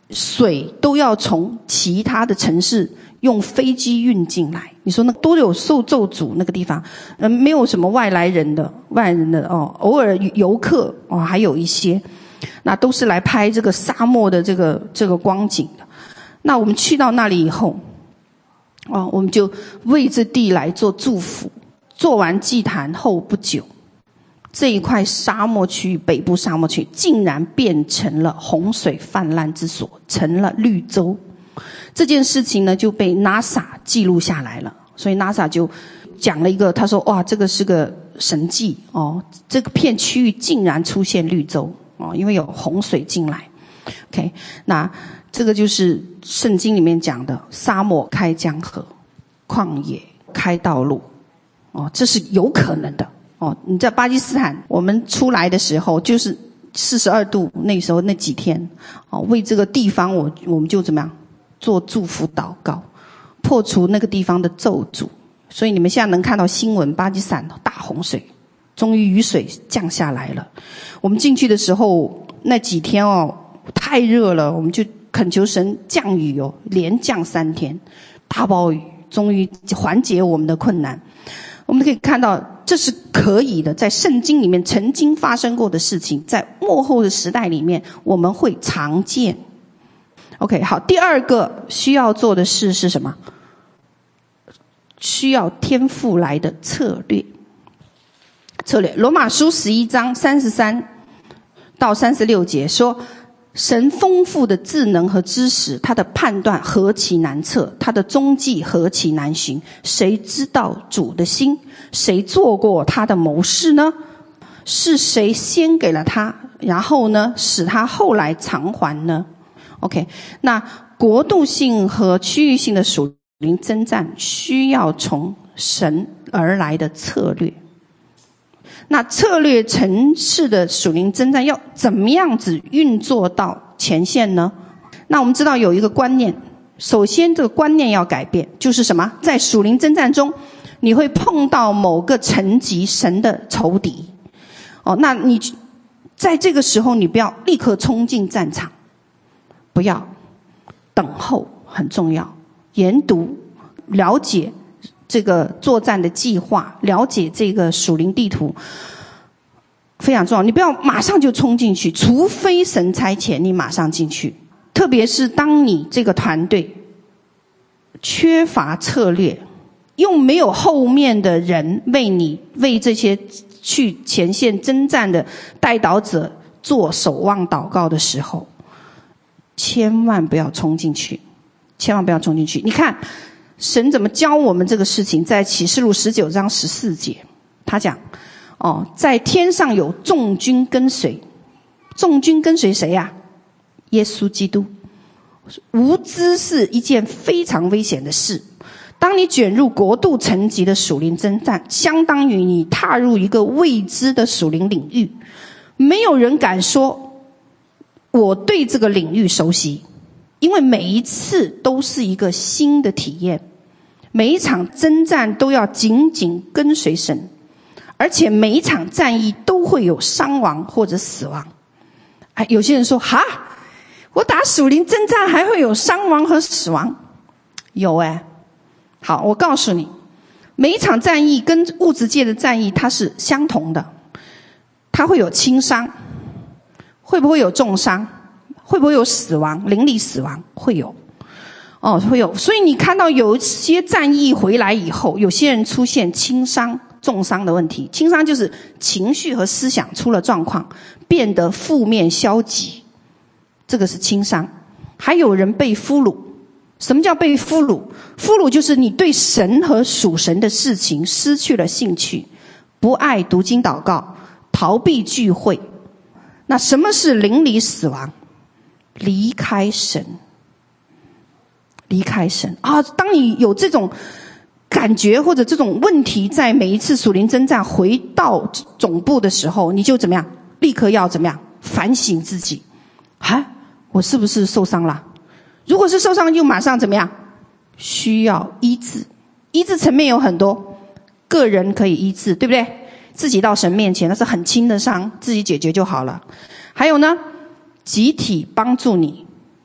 水都要从其他的城市用飞机运进来。你说那都有受咒诅，那个地方嗯，没有什么外来人的外人的哦，偶尔游客哦还有一些，那都是来拍这个沙漠的这个这个光景的。那我们去到那里以后哦，我们就为这地来做祝福。做完祭坛后不久，这一块沙漠区域，北部沙漠区竟然变成了洪水泛滥之所，成了绿洲。这件事情呢就被 NASA 记录下来了，所以 NASA 就讲了一个，他说哇，这个是个神迹哦，这个片区域竟然出现绿洲哦，因为有洪水进来。OK， 那这个就是圣经里面讲的沙漠开江河，旷野开道路哦，这是有可能的哦。你在巴基斯坦，我们出来的时候就是四十二度，那时候那几天哦，为这个地方我我们就怎么样做祝福祷告，破除那个地方的咒诅。所以你们现在能看到新闻，巴基斯坦大洪水，终于雨水降下来了。我们进去的时候那几天哦，太热了，我们就恳求神降雨哦，连降三天，大暴雨，终于缓解我们的困难。我们可以看到这是可以的，在圣经里面曾经发生过的事情，在末后的时代里面我们会常见。 OK， 好，第二个需要做的事是什么？需要天父来的策略。策略，罗马书十一章三十三到三十六节说，神丰富的智能和知识，他的判断何其难测，他的踪迹何其难寻。谁知道主的心？谁做过他的谋士呢？是谁先给了他，然后呢使他后来偿还呢？ OK， 那国度性和区域性的属灵征战需要从神而来的策略。那策略城市的属灵征战要怎么样子运作到前线呢？那我们知道有一个观念，首先这个观念要改变，就是什么？在属灵征战中你会碰到某个层级神的仇敌哦，那你在这个时候你不要立刻冲进战场，不要等候，很重要，研读了解这个作战的计划，了解这个属灵地图非常重要。你不要马上就冲进去，除非神差遣你马上进去。特别是当你这个团队缺乏策略，又没有后面的人为你为这些去前线征战的带导者做守望祷告的时候，千万不要冲进去，千万不要冲进去。你看神怎么教我们这个事情，在启示录十九章十四节，他讲哦，在天上有众军跟随，众军跟随谁呀、啊？耶稣基督。无知是一件非常危险的事。当你卷入国度层级的属灵征战，相当于你踏入一个未知的属灵领域，没有人敢说我对这个领域熟悉，因为每一次都是一个新的体验，每一场征战都要紧紧跟随神，而且每一场战役都会有伤亡或者死亡。哎，有些人说哈，我打属灵征战还会有伤亡和死亡？有哎。好，我告诉你，每一场战役跟物质界的战役它是相同的，它会有轻伤，会不会有重伤？会不会有死亡？灵力死亡？会有哦，会有。所以你看到有一些战役回来以后，有些人出现轻伤重伤的问题。轻伤就是情绪和思想出了状况，变得负面消极，这个是轻伤。还有人被俘虏。什么叫被俘虏？俘虏就是你对神和属神的事情失去了兴趣，不爱读经祷告，逃避聚会。那什么是灵里死亡？离开神，离开神啊！当你有这种感觉或者这种问题，在每一次属灵征战回到总部的时候，你就怎么样？立刻要怎么样？反省自己啊，我是不是受伤了？如果是受伤，就马上怎么样？需要医治。医治层面有很多，个人可以医治，对不对？自己到神面前，那是很轻的伤，自己解决就好了。还有呢，集体帮助你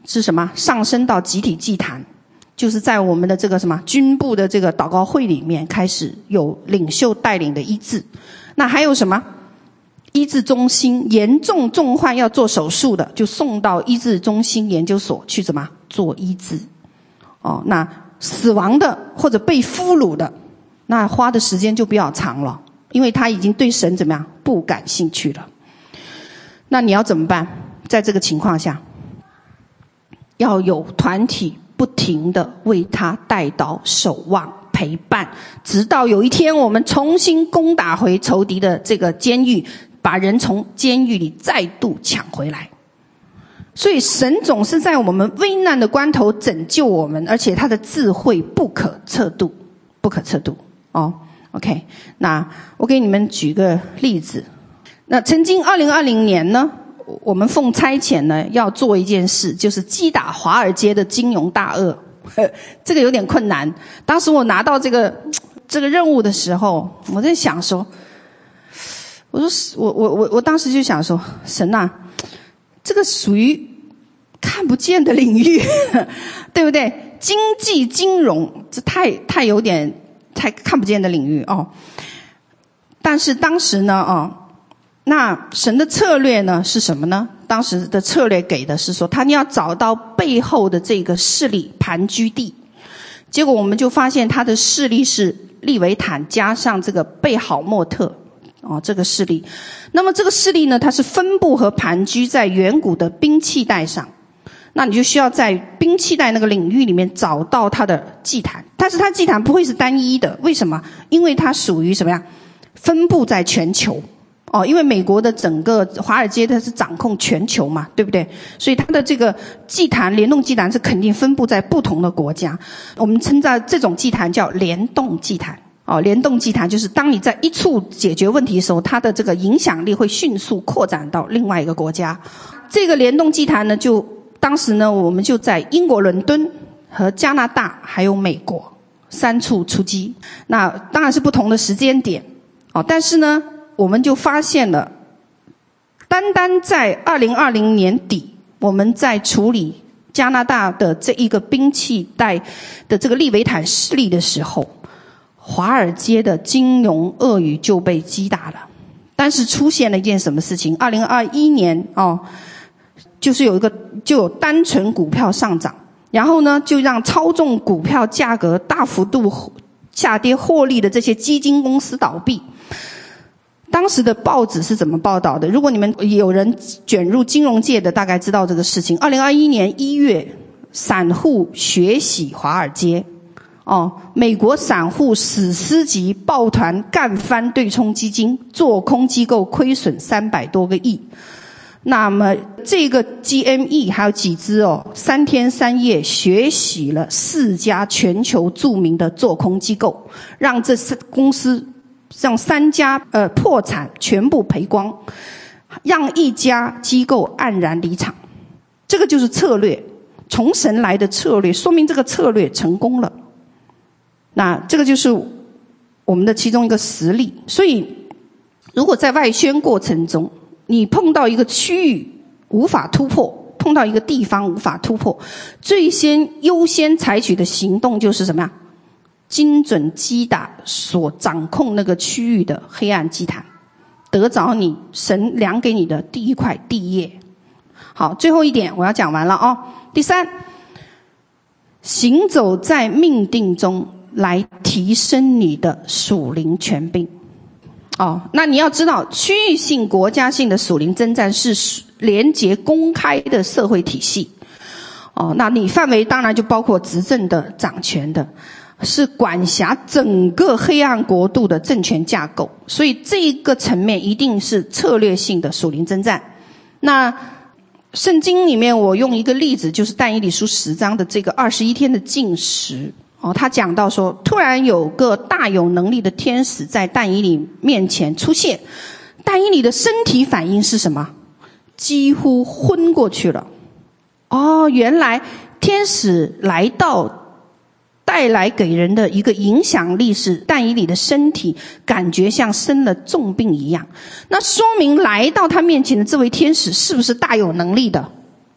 是什么？上升到集体祭坛，就是在我们的这个什么军部的这个祷告会里面开始有领袖带领的医治。那还有什么？医治中心，严重重患要做手术的，就送到医治中心研究所去怎么做医治。哦，那死亡的或者被俘虏的，那花的时间就比较长了，因为他已经对神怎么样不感兴趣了。那你要怎么办？在这个情况下，要有团体不停的为他代祷、守望、陪伴，直到有一天我们重新攻打回仇敌的这个监狱，把人从监狱里再度抢回来。所以神总是在我们危难的关头拯救我们，而且他的智慧不可测度，不可测度哦。OK， 那我给你们举个例子。那曾经二零二零年呢，我们奉差遣呢要做一件事，就是击打华尔街的金融大鳄。这个有点困难。当时我拿到这个这个任务的时候，我在想说，我说我我我我当时就想说，神啊，这个属于看不见的领域，对不对？经济金融这太太有点太看不见的领域哦。但是当时呢，哦。那神的策略呢是什么呢？当时的策略给的是说，他要找到背后的这个势力盘踞地。结果我们就发现他的势力是利维坦加上这个贝好莫特哦，这个势力。那么这个势力呢，它是分布和盘踞在远古的兵器带上。那你就需要在兵器带那个领域里面找到它的祭坛，但是它祭坛不会是单一的。为什么？因为它属于什么呀？分布在全球。哦，因为美国的整个华尔街它是掌控全球嘛，对不对？所以它的这个祭坛，联动祭坛是肯定分布在不同的国家。我们称在这种祭坛叫联动祭坛。哦，联动祭坛就是当你在一处解决问题的时候，它的这个影响力会迅速扩展到另外一个国家。这个联动祭坛呢，就当时呢，我们就在英国伦敦和加拿大还有美国三处出击。那当然是不同的时间点。哦，但是呢，我们就发现了，单单在二零二零年底，我们在处理加拿大的这一个兵器带的这个利维坦势力的时候，华尔街的金融鳄鱼就被击打了。但是出现了一件什么事情？二零二一年哦，就是有一个就有单纯股票上涨，然后呢，就让操纵股票价格大幅度下跌获利的这些基金公司倒闭。当时的报纸是怎么报道的？如果你们有人卷入金融界的，大概知道这个事情。二零二一年一月，散户血洗华尔街。哦，美国散户史诗级抱团干翻对冲基金，做空机构亏损三百多个亿。那么这个 G M E 还有几只哦，三天三夜血洗了四家全球著名的做空机构，让这公司让三家呃破产，全部赔光，让一家机构黯然离场。这个就是策略，从神来的策略，说明这个策略成功了。那这个就是我们的其中一个实例。所以如果在外宣过程中，你碰到一个区域无法突破，碰到一个地方无法突破，最先优先采取的行动就是什么呀？精准击打所掌控那个区域的黑暗祭坛，得着你神量给你的第一块地业。好，最后一点我要讲完了哦。第三，行走在命定中来提升你的属灵权柄。哦，那你要知道，区域性、国家性的属灵征战是连结公开的社会体系。哦，那你范围当然就包括执政的、掌权的，是管辖整个黑暗国度的政权架构。所以这一个层面一定是策略性的属灵征战。那圣经里面我用一个例子，就是但以理书十章的这个二十一天的禁食。哦，他讲到说，突然有个大有能力的天使在但以理面前出现，但以理的身体反应是什么？几乎昏过去了。哦，原来天使来到带来给人的一个影响力是但以理的身体感觉像生了重病一样。那说明来到他面前的这位天使是不是大有能力的？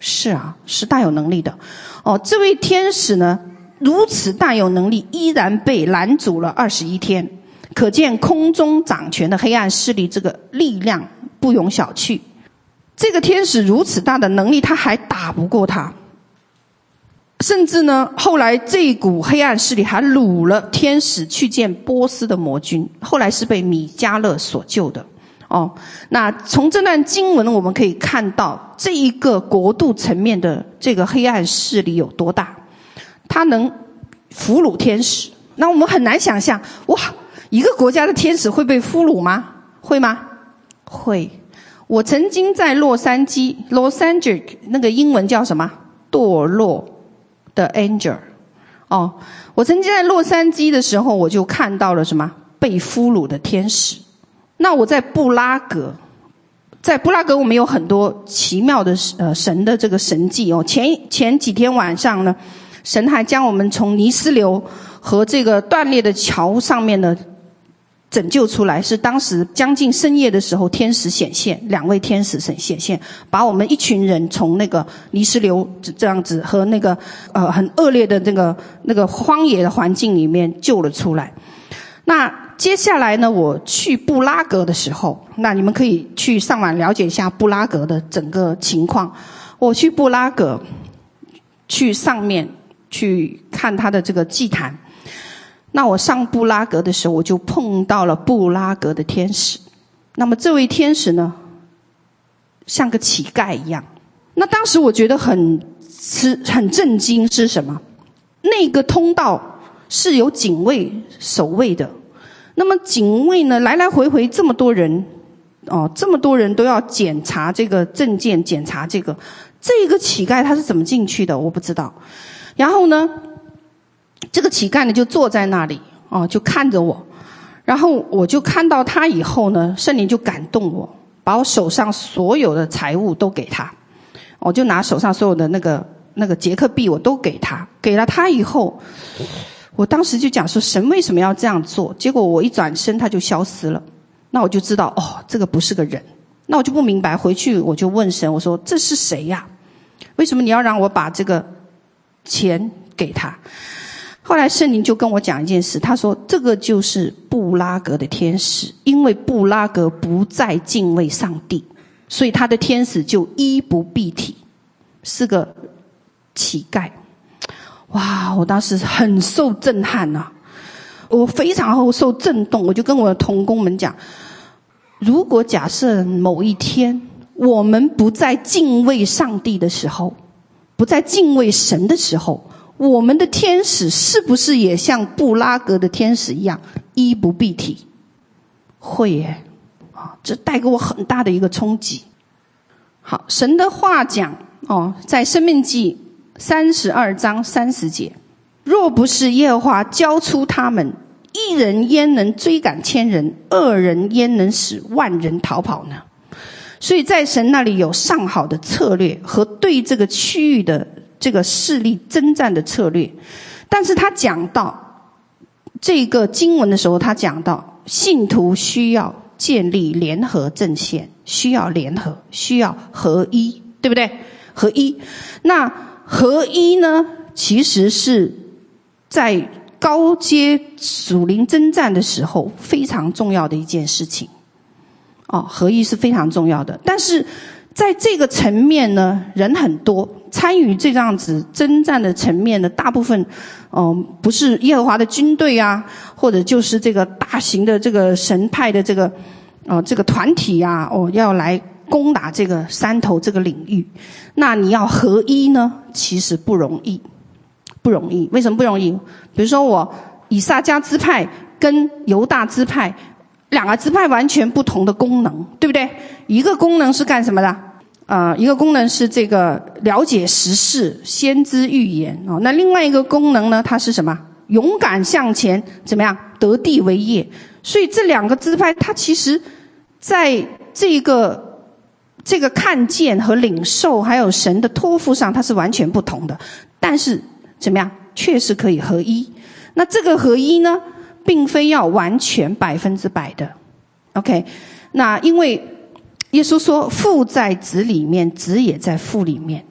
是啊，是大有能力的。哦，这位天使呢，如此大有能力，依然被拦阻了二十一天，可见空中掌权的黑暗势力这个力量不容小觑。这个天使如此大的能力，他还打不过他。甚至呢，后来这一股黑暗势力还掳了天使去见波斯的魔君，后来是被米迦勒所救的。哦，那从这段经文我们可以看到，这一个国度层面的这个黑暗势力有多大，它能俘虏天使。那我们很难想象，哇，一个国家的天使会被俘虏吗？会吗？会。我曾经在洛杉矶 Los Angeles 那个英文叫什么？堕落的 angel。哦，我曾经在洛杉矶的时候，我就看到了什么？被俘虏的天使。那我在布拉格，在布拉格我们有很多奇妙的呃神的这个神迹哦。前前几天晚上呢，神还将我们从尼斯流和这个断裂的桥上面呢拯救出来，是当时将近深夜的时候，天使显现，两位天使显现，把我们一群人从那个尼斯流这样子和那个呃很恶劣的这个那个荒野的环境里面救了出来。那接下来呢，我去布拉格的时候，那你们可以去上网了解一下布拉格的整个情况。我去布拉格，去上面去看他的这个祭坛。那我上布拉格的时候，我就碰到了布拉格的天使。那么这位天使呢，像个乞丐一样。那当时我觉得很很震惊，是什么？那个通道是有警卫守卫的。那么警卫呢，来来回回这么多人，哦，这么多人都要检查这个证件，检查这个，这个乞丐他是怎么进去的？我不知道。然后呢，这个乞丐呢就坐在那里，哦，就看着我。然后我就看到他以后呢，圣灵就感动我，把我手上所有的财物都给他。我就拿手上所有的那个那个捷克币我都给他，给了他以后，我当时就讲说神为什么要这样做？结果我一转身他就消失了。那我就知道哦，这个不是个人。那我就不明白，回去我就问神，我说这是谁呀？为什么你要让我把这个钱给他？后来圣灵就跟我讲一件事，他说这个就是布拉格的天使，因为布拉格不再敬畏上帝，所以他的天使就衣不蔽体，是个乞丐。哇，我当时很受震撼啊，我非常受震动。我就跟我的同工们讲，如果假设某一天我们不再敬畏上帝的时候，不再敬畏神的时候，我们的天使是不是也像布拉格的天使一样衣不蔽体？会耶，啊，这带给我很大的一个冲击。好，神的话讲哦，在申命记三十二章三十节，若不是耶和华交出他们，一人焉能追赶千人？二人焉能使万人逃跑呢？所以在神那里有上好的策略和对这个区域的这个势力征战的策略。但是他讲到这个经文的时候，他讲到信徒需要建立联合阵线，需要联合，需要合一，对不对？合一。那合一呢，其实是在高阶属灵征战的时候非常重要的一件事情。哦，合一是非常重要的。但是在这个层面呢，人很多，参与这样子征战的层面呢，大部分嗯、呃，不是耶和华的军队啊，或者就是这个大型的这个神派的这个哦、呃、这个团体啊，哦要来攻打这个山头这个领域。那你要合一呢，其实不容易，不容易。为什么不容易？比如说我以撒迦支派跟犹大支派，两个支派完全不同的功能，对不对？一个功能是干什么的？呃，一个功能是这个了解时事、先知预言哦。那另外一个功能呢，它是什么？勇敢向前，怎么样得地为业？所以这两个支派，它其实在这个这个看见和领受，还有神的托付上，它是完全不同的。但是怎么样，确实可以合一。那这个合一呢，并非要完全百分之百的 ，OK？ 那因为耶稣说父在子里面，子也在父里面，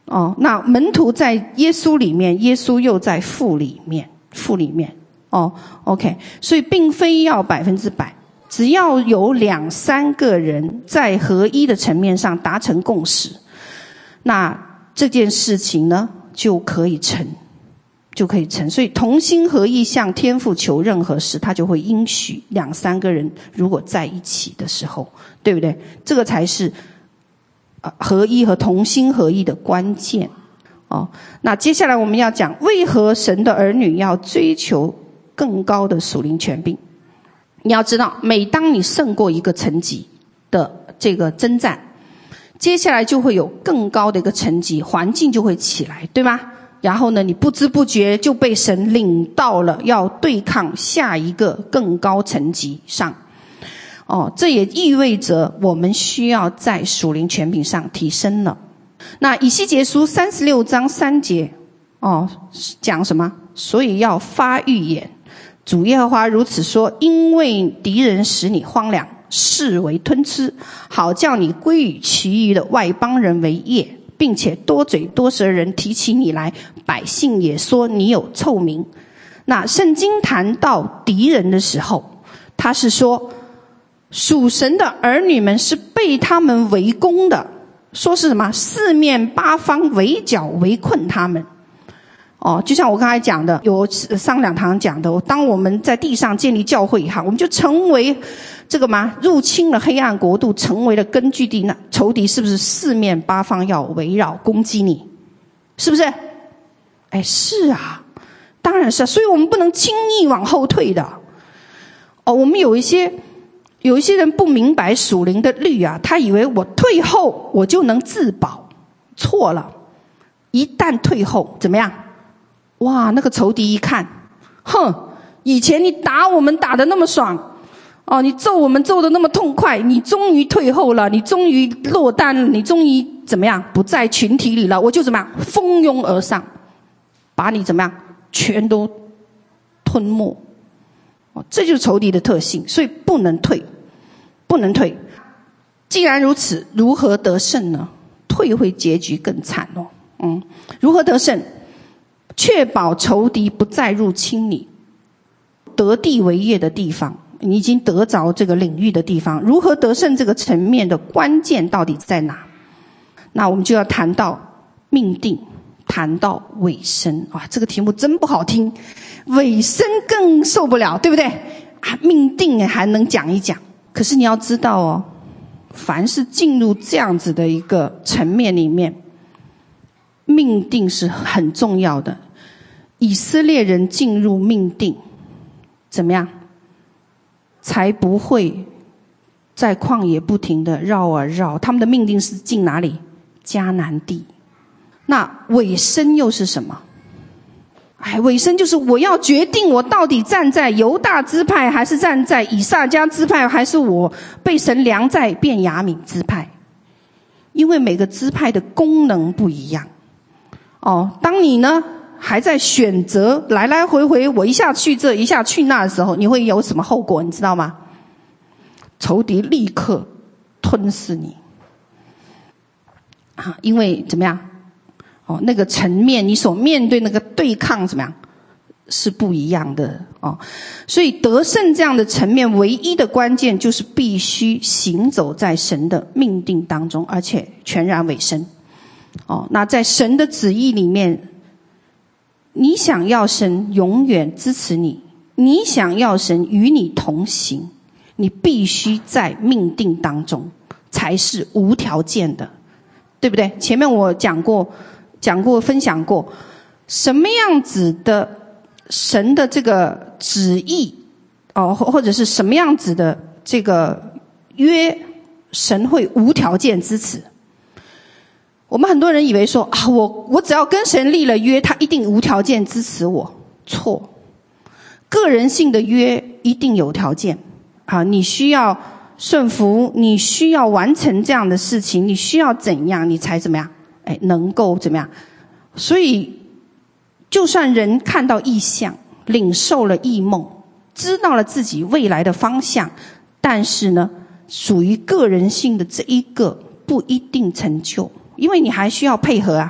哦，那门徒在耶稣里面，耶稣又在父里面，父里面。哦 ，OK， 所以并非要百分之百，只要有两三个人在合一的层面上达成共识，那这件事情呢就可以成，就可以成。所以同心合意向天父求任何事，他就会应许两三个人如果在一起的时候，对不对？这个才是合一和同心合意的关键。哦，那接下来我们要讲，为何神的儿女要追求更高的属灵权柄？你要知道，每当你胜过一个层级的这个征战，接下来就会有更高的一个层级，环境就会起来，对吗？然后呢，你不知不觉就被神领到了要对抗下一个更高层级上。哦，这也意味着我们需要在属灵权柄上提升了。那以西结书三十六章三节，哦，讲什么？所以要发预言，主耶和华如此说：因为敌人使你荒凉，视为吞吃，好叫你归与其余的外邦人为业，并且多嘴多舌人提起你来，百姓也说你有臭名。那圣经谈到敌人的时候，他是说属神的儿女们是被他们围攻的，说是什么？四面八方围剿围困他们。哦，就像我刚才讲的，有上两堂讲的，当我们在地上建立教会以后，我们就成为这个嘛，入侵了黑暗国度，成为了根据地，那仇敌是不是四面八方要围绕攻击你？是不是？哎，是啊，当然是啊，所以我们不能轻易往后退的。哦，我们有一些有一些人不明白属灵的律啊，他以为我退后我就能自保，错了。一旦退后怎么样？哇，那个仇敌一看，哼，以前你打我们打得那么爽，哦，你揍我们揍得那么痛快，你终于退后了，你终于落单了，你终于怎么样？不在群体里了，我就怎么样？蜂拥而上，把你怎么样？全都吞没。哦，这就是仇敌的特性，所以不能退，不能退。既然如此，如何得胜呢？退会结局更惨哦。嗯，如何得胜？确保仇敌不再入侵你得地为业的地方，你已经得着这个领域的地方。如何得胜这个层面的关键到底在哪？那我们就要谈到命定，谈到尾声。哇，这个题目真不好听，尾声更受不了，对不对？啊，命定还能讲一讲，可是你要知道哦，凡是进入这样子的一个层面里面，命定是很重要的。以色列人进入命定，怎么样？才不会在旷野不停的绕啊绕。他们的命定是进哪里？迦南地。那尾声又是什么？哎，尾声就是我要决定我到底站在犹大支派，还是站在以萨迦支派，还是我被神量在便雅悯支派。因为每个支派的功能不一样。哦，当你呢还在选择来来回回，我一下去这一下去那的时候，你会有什么后果？你知道吗？仇敌立刻吞噬你啊！因为怎么样？哦，那个层面你所面对那个对抗怎么样是不一样的哦。所以得胜这样的层面，唯一的关键就是必须行走在神的命定当中，而且全然委身。哦，那在神的旨意里面，你想要神永远支持你，你想要神与你同行，你必须在命定当中才是无条件的，对不对？前面我讲过讲过分享过什么样子的神的这个旨意哦，或者是什么样子的这个约，神会无条件支持。我们很多人以为说啊，我我只要跟神立了约，他一定无条件支持我。错，个人性的约一定有条件啊，你需要顺服，你需要完成这样的事情，你需要怎样，你才怎么样？哎，能够怎么样？所以，就算人看到异象，领受了异梦，知道了自己未来的方向，但是呢，属于个人性的这一个不一定成就。因为你还需要配合啊，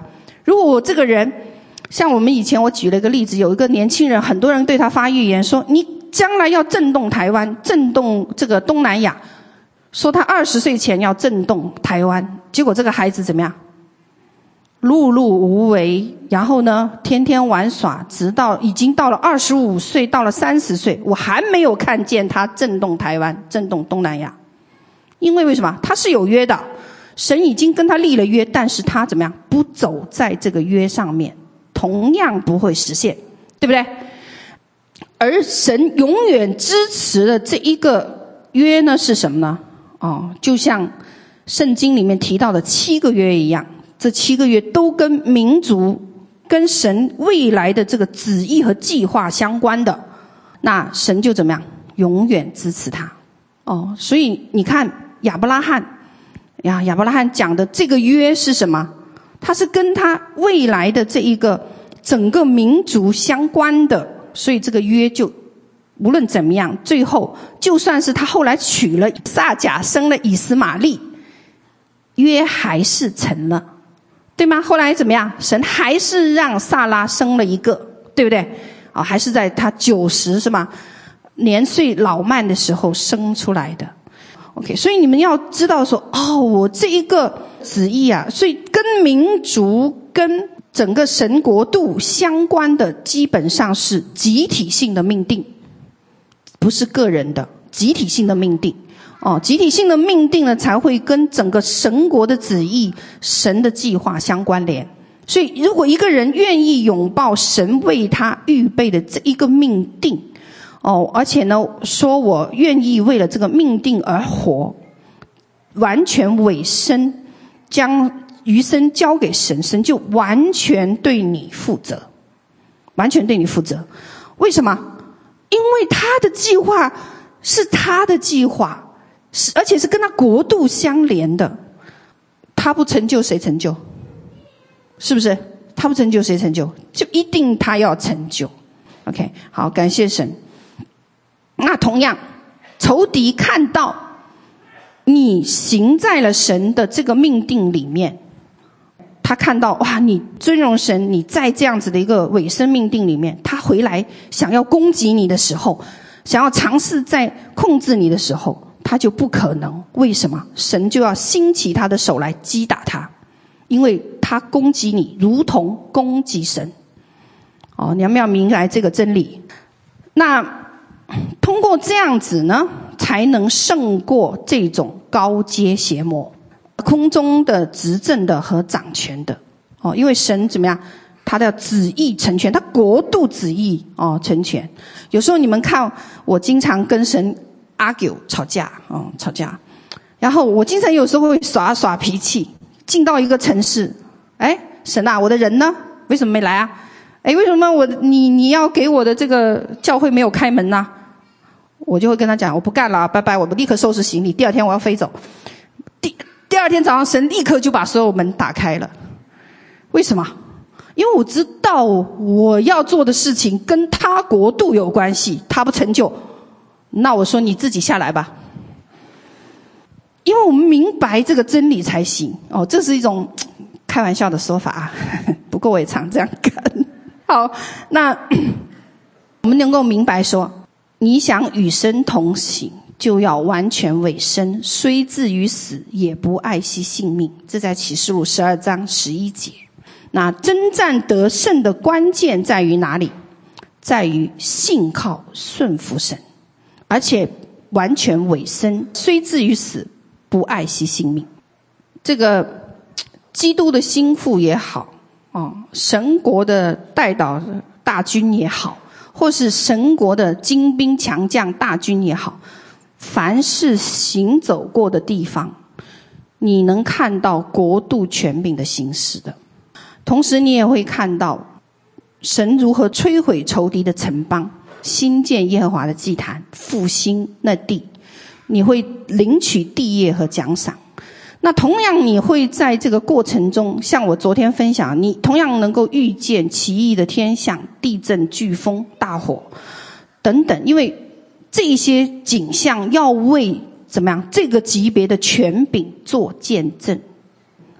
如果我这个人，像我们以前我举了一个例子，有一个年轻人，很多人对他发预言说，你将来要震动台湾，震动这个东南亚，说他二十岁前要震动台湾，结果这个孩子怎么样？碌碌无为，然后呢，天天玩耍，直到已经到了二十五岁，到了三十岁，我还没有看见他震动台湾，震动东南亚。因为为什么？他是有约的，神已经跟他立了约，但是他怎么样？不走在这个约上面，同样不会实现，对不对？而神永远支持的这一个约呢，是什么呢？哦，就像圣经里面提到的七个约一样，这七个月都跟民族、跟神未来的这个旨意和计划相关的，那神就怎么样？永远支持他。哦，所以你看亚伯拉罕呀，亚伯拉罕讲的这个约是什么？它是跟他未来的这一个整个民族相关的，所以这个约就无论怎么样，最后就算是他后来娶了撒甲，生了以实玛利，约还是成了。对吗？后来怎么样？神还是让撒拉生了一个，对不对？啊、哦，还是在他九十是吗？年岁老迈的时候生出来的。OK， 所以你们要知道说，哦，我这一个旨意啊，所以跟民族、跟整个神国度相关的，基本上是集体性的命定，不是个人的，集体性的命定。哦，集体性的命定呢，才会跟整个神国的旨意、神的计划相关联。所以，如果一个人愿意拥抱神为他预备的这一个命定，哦，而且呢，说我愿意为了这个命定而活，完全委身，将余生交给神，神就完全对你负责，完全对你负责。为什么？因为他的计划是他的计划。是，而且是跟他国度相连的，他不成就谁成就？是不是？他不成就谁成就？就一定他要成就。OK， 好，感谢神。那同样，仇敌看到你行在了神的这个命定里面，他看到哇，你尊荣神，你在这样子的一个委身命定里面，他回来想要攻击你的时候，想要尝试在控制你的时候，他就不可能。为什么？神就要兴起他的手来击打他，因为他攻击你如同攻击神。哦，你们要明白这个真理。那通过这样子呢，才能胜过这种高阶邪魔，空中的执政的和掌权的。哦，因为神怎么样？他的旨意成全，他国度旨意哦成全。有时候你们看，我经常跟神argue 吵架哦，吵架，然后我经常有时候会耍耍脾气，进到一个城市，哎，神啊，我的人呢？为什么没来啊？哎，为什么我你你要给我的这个教会没有开门呢、啊？我就会跟他讲，我不干了，拜拜，我立刻收拾行李，第二天我要飞走。第第二天早上，神立刻就把所有门打开了。为什么？因为我知道我要做的事情跟他国度有关系，他不成就。那我说你自己下来吧，因为我们明白这个真理才行。哦，这是一种开玩笑的说法啊，不过我也常这样干。好，那我们能够明白说，你想与神同行，就要完全委身，虽至于死，也不爱惜性命。这在启示录十二章十一节。那征战得胜的关键在于哪里？在于信靠顺服神。而且完全委身，虽至于死，不爱惜性命。这个基督的心腹也好，哦，神国的代祷大军也好，或是神国的精兵强将大军也好，凡是行走过的地方，你能看到国度权柄的行使的。同时你也会看到神如何摧毁仇敌的城邦，新建耶和华的祭坛，复兴那地，你会领取地业和奖赏。那同样你会在这个过程中，像我昨天分享，你同样能够遇见奇异的天象、地震、飓风、大火等等，因为这些景象要为怎么样这个级别的权柄做见证。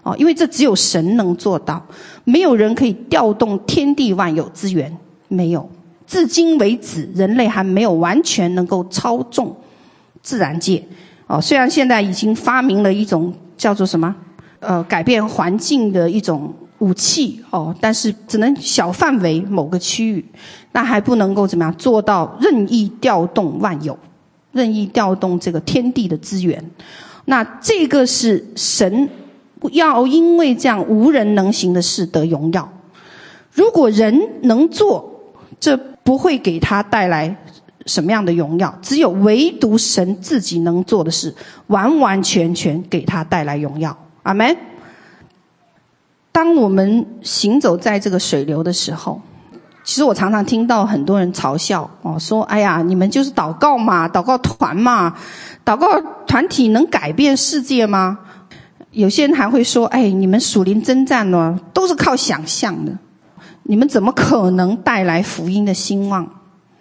哦，因为这只有神能做到，没有人可以调动天地万有资源，没有。至今为止，人类还没有完全能够操纵自然界。哦，虽然现在已经发明了一种叫做什么，呃，改变环境的一种武器哦，但是只能小范围某个区域，那还不能够怎么样做到任意调动万有，任意调动这个天地的资源。那这个是神要因为这样无人能行的事得荣耀。如果人能做，这不会给他带来什么样的荣耀，只有唯独神自己能做的事，完完全全给他带来荣耀。阿们。当我们行走在这个水流的时候，其实我常常听到很多人嘲笑哦，说哎呀，你们就是祷告嘛，祷告团嘛，祷告团体能改变世界吗？有些人还会说，哎，你们属灵征战呢，都是靠想象的，你们怎么可能带来福音的兴旺？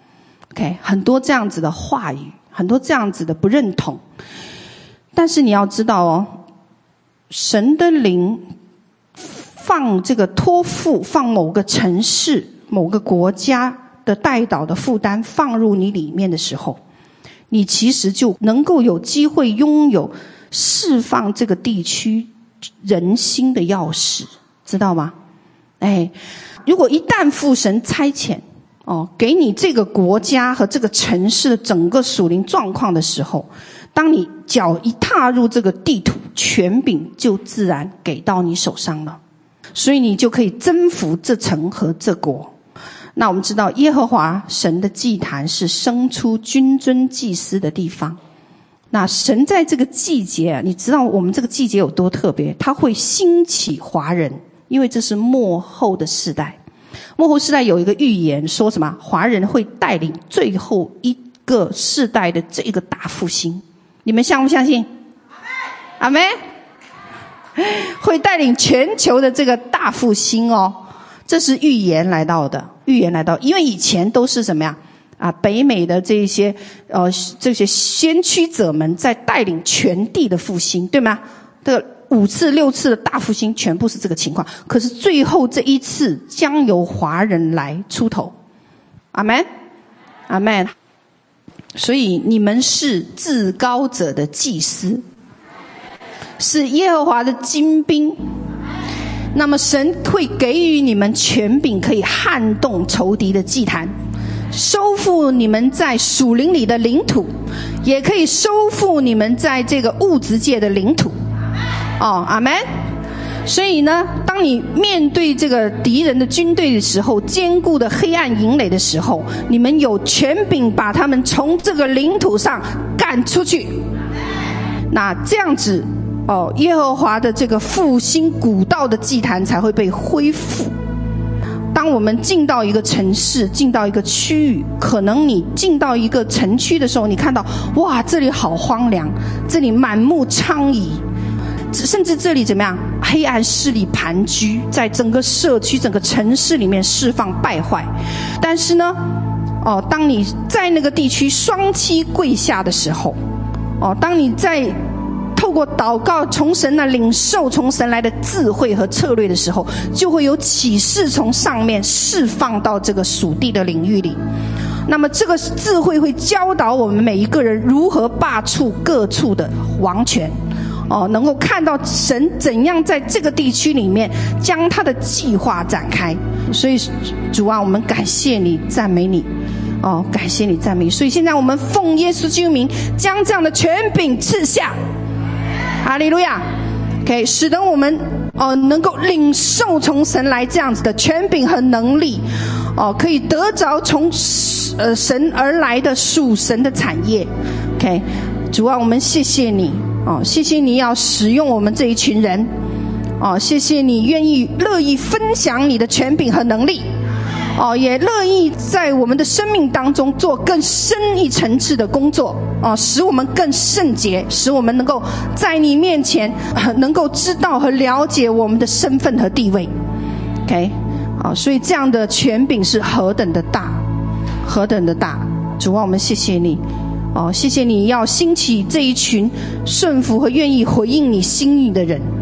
OK， 很多这样子的话语，很多这样子的不认同。但是你要知道哦，神的灵放这个托付，放某个城市、某个国家的代祷的负担放入你里面的时候，你其实就能够有机会拥有释放这个地区人心的钥匙，知道吗？哎，如果一旦父神差遣哦，给你这个国家和这个城市的整个属灵状况的时候，当你脚一踏入这个地图，权柄就自然给到你手上了，所以你就可以征服这城和这国。那我们知道耶和华神的祭坛是生出君尊祭司的地方。那神在这个季节啊，你知道我们这个季节有多特别，他会兴起华人，因为这是末后的世代。末后世代有一个预言说什么？华人会带领最后一个世代的这个大复兴。你们相不相信？阿们。会带领全球的这个大复兴哦，这是预言来到的，预言来到，因为以前都是什么呀？啊，北美的这些呃这些先驱者们在带领全地的复兴，对吗？这个五次六次的大复兴全部是这个情况，可是最后这一次将由华人来出头。阿们，阿们。所以你们是至高者的祭司，是耶和华的精兵。那么神会给予你们权柄，可以撼动仇敌的祭坛，收复你们在属灵里的领土，也可以收复你们在这个物质界的领土。哦，阿们。所以呢，当你面对这个敌人的军队的时候，坚固的黑暗营垒的时候，你们有权柄把他们从这个领土上赶出去。那这样子哦，耶和华的这个复兴古道的祭坛才会被恢复。当我们进到一个城市，进到一个区域，可能你进到一个城区的时候，你看到哇，这里好荒凉，这里满目疮痍，甚至这里怎么样？黑暗势力盘踞，在整个社区、整个城市里面释放败坏。但是呢，哦，当你在那个地区双膝跪下的时候，哦，当你在透过祷告从神那领受从神来的智慧和策略的时候，就会有启示从上面释放到这个属地的领域里。那么这个智慧会教导我们每一个人如何罢黜各处的王权，哦，能够看到神怎样在这个地区里面将他的计划展开。所以主啊，我们感谢你，赞美你，哦，感谢你，赞美你。所以现在我们奉耶稣基督名，将这样的权柄赐下。哈利路亚 ，OK， 使得我们哦能够领受从神来这样子的权柄和能力，哦，可以得着从呃神而来的属神的产业。OK， 主啊，我们谢谢你，哦，谢谢你要使用我们这一群人，哦，谢谢你愿意乐意分享你的权柄和能力。哦，也乐意在我们的生命当中做更深一层次的工作，哦，使我们更圣洁，使我们能够在你面前、呃、能够知道和了解我们的身份和地位。 OK， 好，所以这样的权柄是何等的大，何等的大。主啊，我们谢谢你，哦，谢谢你要兴起这一群顺服和愿意回应你心意的人，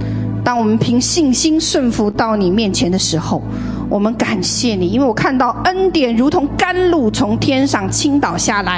当我们凭信心顺服到你面前的时候，我们感谢你，因为我看到恩典如同甘露从天上倾倒下来。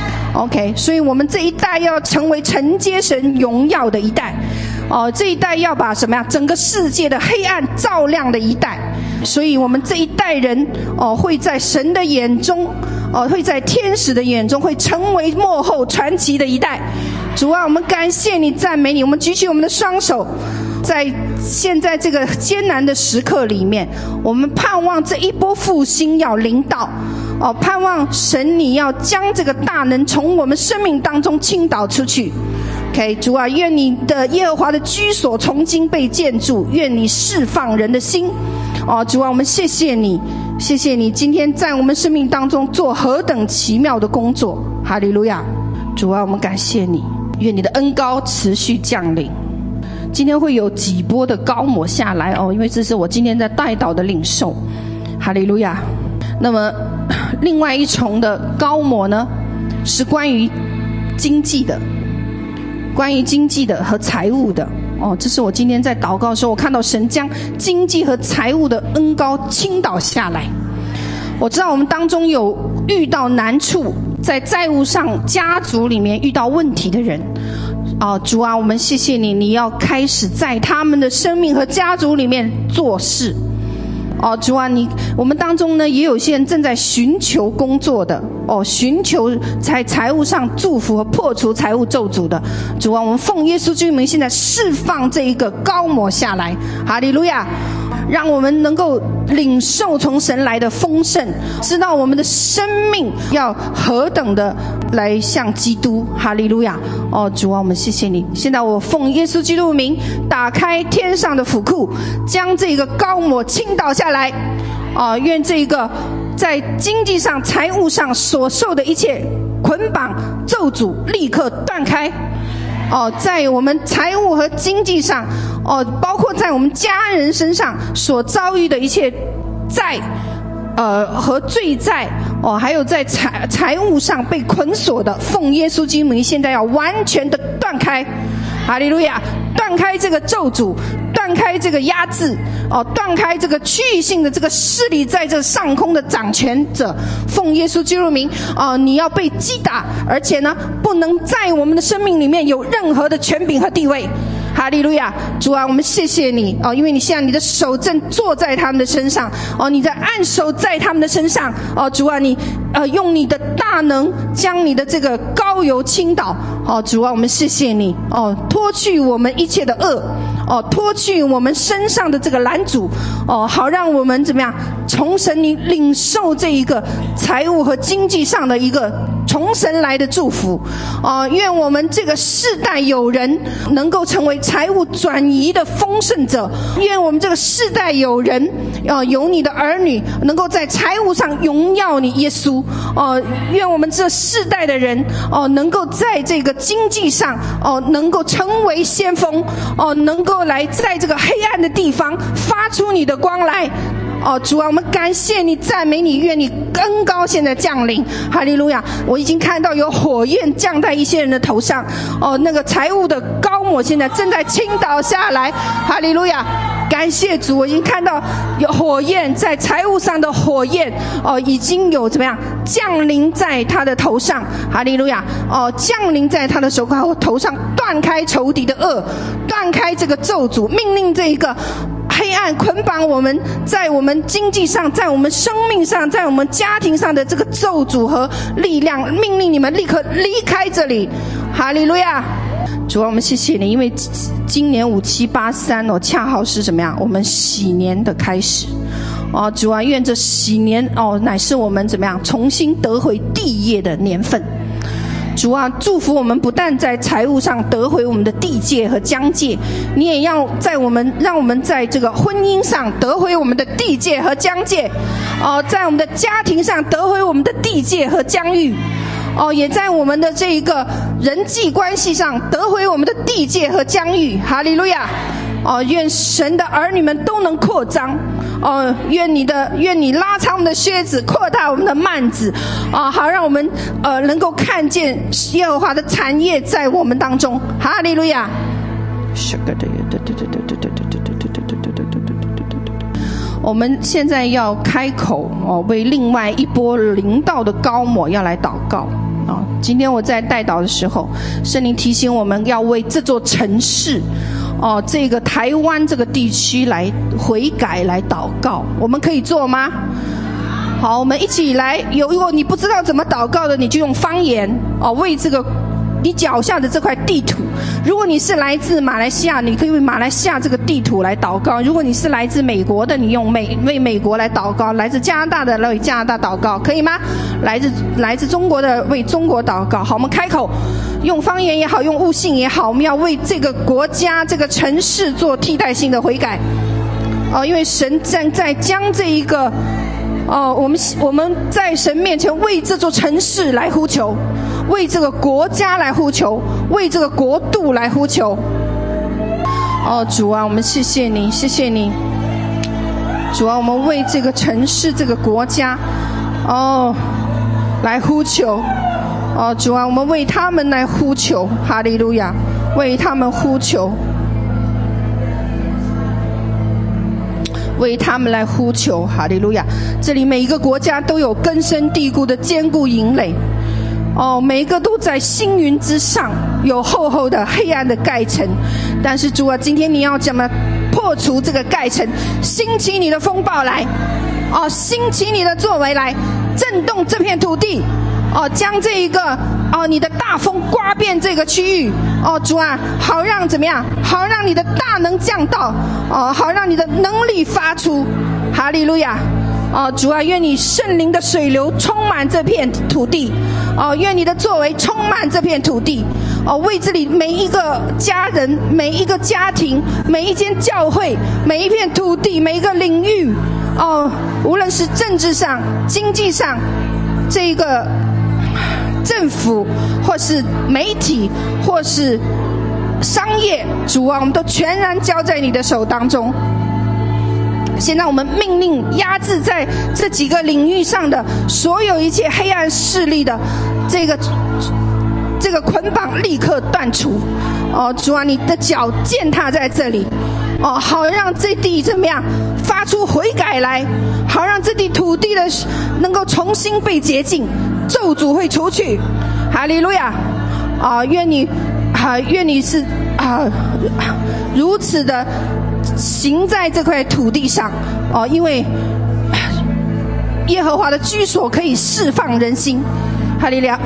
OK， 所以我们这一代要成为承接神荣耀的一代哦，这一代要把什么呀？整个世界的黑暗照亮的一代。所以我们这一代人哦，会在神的眼中哦，会在天使的眼中，会成为幕后传奇的一代。主啊，我们感谢你，赞美你。我们举起我们的双手，在现在这个艰难的时刻里面，我们盼望这一波复兴要临到哦，盼望神你要将这个大能从我们生命当中倾倒出去。OK， 主啊，愿你的耶和华的居所从今被建筑，愿你释放人的心。哦，主啊，我们谢谢你，谢谢你今天在我们生命当中做何等奇妙的工作。哈利路亚！主啊，我们感谢你，愿你的恩膏持续降临。今天会有几波的膏抹下来哦，因为这是我今天在代祷的领受。哈利路亚！那么另外一重的膏抹呢，是关于经济的，关于经济的和财务的哦。这是我今天在祷告的时候，我看到神将经济和财务的恩膏倾倒下来。我知道我们当中有遇到难处，在债务上家族里面遇到问题的人哦，主啊，我们谢谢你，你要开始在他们的生命和家族里面做事。哦，主啊，你我们当中呢也有些人正在寻求工作的哦，寻求在财务上祝福和破除财务咒诅的。主啊，我们奉耶稣基督名现在释放这一个膏抹下来，哈利路亚！让我们能够领受从神来的丰盛，知道我们的生命要何等的来向基督。哈利路亚！哦，主啊，我们谢谢你。现在我奉耶稣基督的名打开天上的府库，将这个膏抹倾倒下来。啊、呃，愿这个在经济上财务上所受的一切捆绑咒诅立刻断开。哦，在我们财务和经济上，哦，包括在我们家人身上所遭遇的一切债，呃和罪债，哦，还有在财财务上被捆锁的，奉耶稣基督名，现在要完全的断开，哈利路亚！断开这个咒诅，断开这个压制，哦，断开这个区域性的这个势力在这上空的掌权者，奉耶稣基督名，哦，你要被击打，而且呢，不能在我们的生命里面有任何的权柄和地位。哈利路亚！主啊，我们谢谢你哦，因为你现在你的手正坐在他们的身上哦，你在按手在他们的身上哦，主啊，你呃用你的大能将你的这个膏油倾倒哦，主啊，我们谢谢你哦，脱去我们一切的恶哦，脱去我们身上的这个拦阻哦，好让我们怎么样从神你领受这一个财务和经济上的一个从神来的祝福哦，愿我们这个世代有人能够成为财务转移的丰盛者，愿我们这个世代有人哦，有你的儿女能够在财务上荣耀你耶稣哦，愿我们这世代的人哦，能够在这个经济上哦，能够成为先锋哦，能够来在这个黑暗的地方发出你的光来。哦，主啊，我们感谢你，赞美你，愿你恩膏现在降临，哈利路亚！我已经看到有火焰降在一些人的头上，哦，那个财务的膏抹现在正在倾倒下来，哈利路亚！感谢主，我已经看到有火焰在财务上的火焰，哦，已经有怎么样降临在他的头上，哈利路亚！哦，降临在他的手头上，断开仇敌的恶，断开这个咒诅，命令这一个黑暗捆绑我们，在我们经济上，在我们生命上，在我们家庭上的这个咒诅和力量，命令你们立刻离开这里，哈利路亚！主啊，我们谢谢你，因为今年五七八三哦，恰好是怎么样？我们喜年的开始哦，主啊，愿这喜年哦，乃是我们怎么样重新得回地业的年份。主啊，祝福我们不但在财务上得回我们的地界和疆界，你也要在我们让我们在这个婚姻上得回我们的地界和疆界，哦，在我们的家庭上得回我们的地界和疆域，哦，也在我们的这一个人际关系上得回我们的地界和疆域。哈利路亚！哦，愿神的儿女们都能扩张。哦，愿你的愿你拉长我们的靴子，扩大我们的幔子，啊、哦，好让我们呃能够看见耶和华的产业在我们当中。哈利路亚！对对对对对对对对对对。 我们现在要开口哦，为另外一波临到的高抹要来祷告啊！今天我在代祷的时候，圣灵提醒我们要为这座城市哦，这个台湾这个地区来悔改来祷告，我们可以做吗？好，我们一起来。有如果你不知道怎么祷告的，你就用方言哦，为这个你脚下的这块地图。如果你是来自马来西亚，你可以为马来西亚这个地图来祷告；如果你是来自美国的，你用美为美国来祷告；来自加拿大的为加拿大祷告，可以吗？来自来自中国的为中国祷告。好，我们开口，用方言也好，用悟性也好，我们要为这个国家、这个城市做替代性的悔改。哦，因为神正在将这一个。哦，我们我们在神面前为这座城市来呼求，为这个国家来呼求，为这个国度来呼求。哦，主啊，我们谢谢你，谢谢你，主啊，我们为这个城市、这个国家，哦，来呼求。哦，主啊，我们为他们来呼求，哈利路亚，为他们呼求。为他们来呼求，哈利路亚！这里每一个国家都有根深蒂固的坚固营垒，哦，每一个都在星云之上，有厚厚的黑暗的盖层。但是主啊，今天你要怎么破除这个盖层？兴起你的风暴来，哦，兴起你的作为来，震动这片土地，哦，将这一个哦你的大风刮遍这个区域，哦，主啊，好让怎么样？好让你的大能降到，哦，好让你的能力发出，哈利路亚！哦，主啊，愿你圣灵的水流充满这片土地，哦，愿你的作为充满这片土地，哦，为这里每一个家人、每一个家庭、每一间教会、每一片土地、每一个领域，哦，无论是政治上、经济上，这个政府或是媒体或是商业，主啊，我们都全然交在你的手当中。现在我们命令压制在这几个领域上的所有一切黑暗势力的这个这个捆绑立刻断除。哦，主啊，你的脚践踏在这里，哦，好让这地怎么样发出悔改来，好让这地土地的能够重新被洁净，咒诅会除去。哈利路亚！啊，愿你啊，愿你是啊如此的行在这块土地上，哦，因为耶和华的居所可以释放人心。哈利路亚！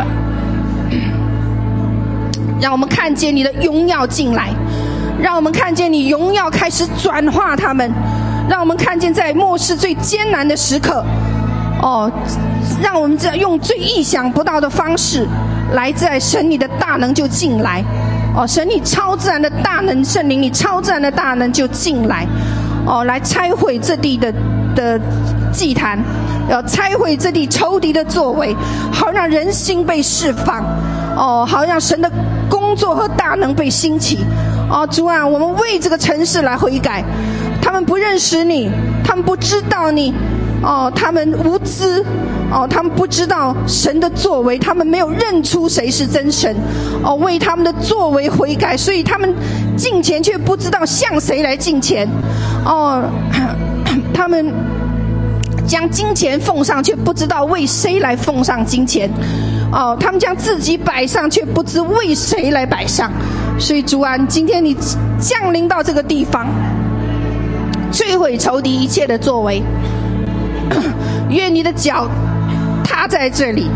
让我们看见你的荣耀进来，让我们看见你荣耀开始转化他们，让我们看见在末世最艰难的时刻，哦，让我们这用最意想不到的方式来，在神你的大能就进来，哦，神你超自然的大能，圣灵你超自然的大能就进来，哦，来拆毁这地的的祭坛，要拆毁这地仇敌的作为，好让人心被释放，哦，好让神的工作和大能被兴起。哦，主啊，我们为这个城市来悔改，他们不认识你，他们不知道你，哦，他们无知，哦，他们不知道神的作为，他们没有认出谁是真神，哦，为他们的作为悔改，所以他们敬虔却不知道向谁来敬虔，哦，他们将金钱奉上，却不知道为谁来奉上金钱，哦，他们将自己摆上，却不知为谁来摆上。所以主啊，今天你降临到这个地方，摧毁仇敌一切的作为，愿你的脚踏在这里，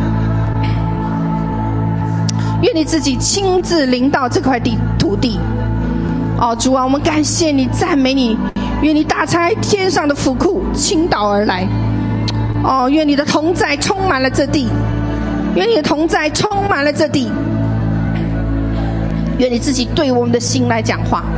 愿你自己亲自临到这块地土地。哦，主啊，我们感谢你，赞美你，愿你打开天上的府库，倾倒而来。哦，愿你的同在充满了这地，愿你的同在充满了这地，愿你自己对我们的心来讲话。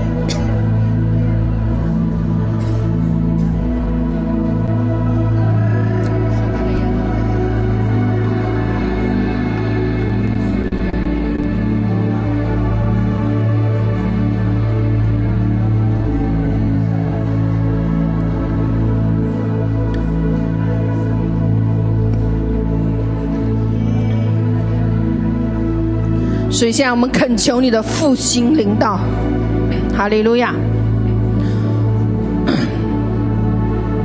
所以现在我们恳求你的复兴临到，哈利路亚！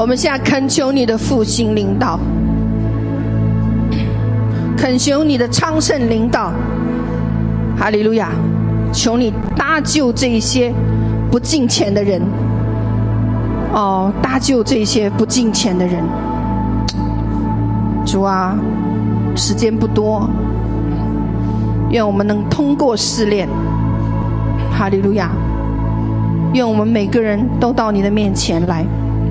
我们现在恳求你的复兴领导，恳求你的昌盛领导，哈利路亚！求你搭救这些不敬虔的人，哦，搭救这些不敬虔的人。主啊，时间不多，愿我们能通过试炼，哈利路亚！愿我们每个人都到你的面前来，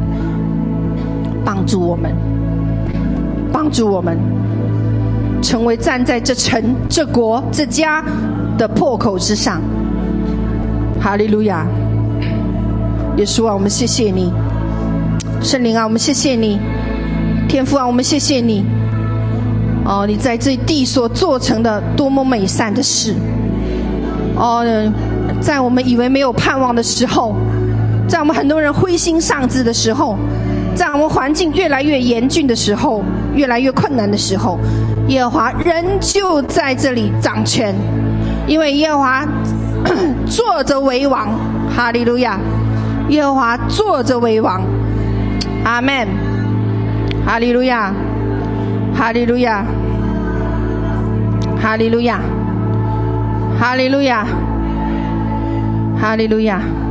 帮助我们，帮助我们成为站在这城、这国、这家的破口之上。哈利路亚！耶稣啊，我们谢谢你；圣灵啊，我们谢谢你；天父啊，我们谢谢你。哦，你在这地所做成的多么美善的事！哦，在我们以为没有盼望的时候，在我们很多人灰心丧志的时候，在我们环境越来越严峻的时候，越来越困难的时候，耶和华仍旧在这里掌权，因为耶和华坐着为王。哈利路亚！耶和华坐着为王。阿们。哈利路亚，哈利路亚，哈利路亚，哈利路亚，哈利路亚。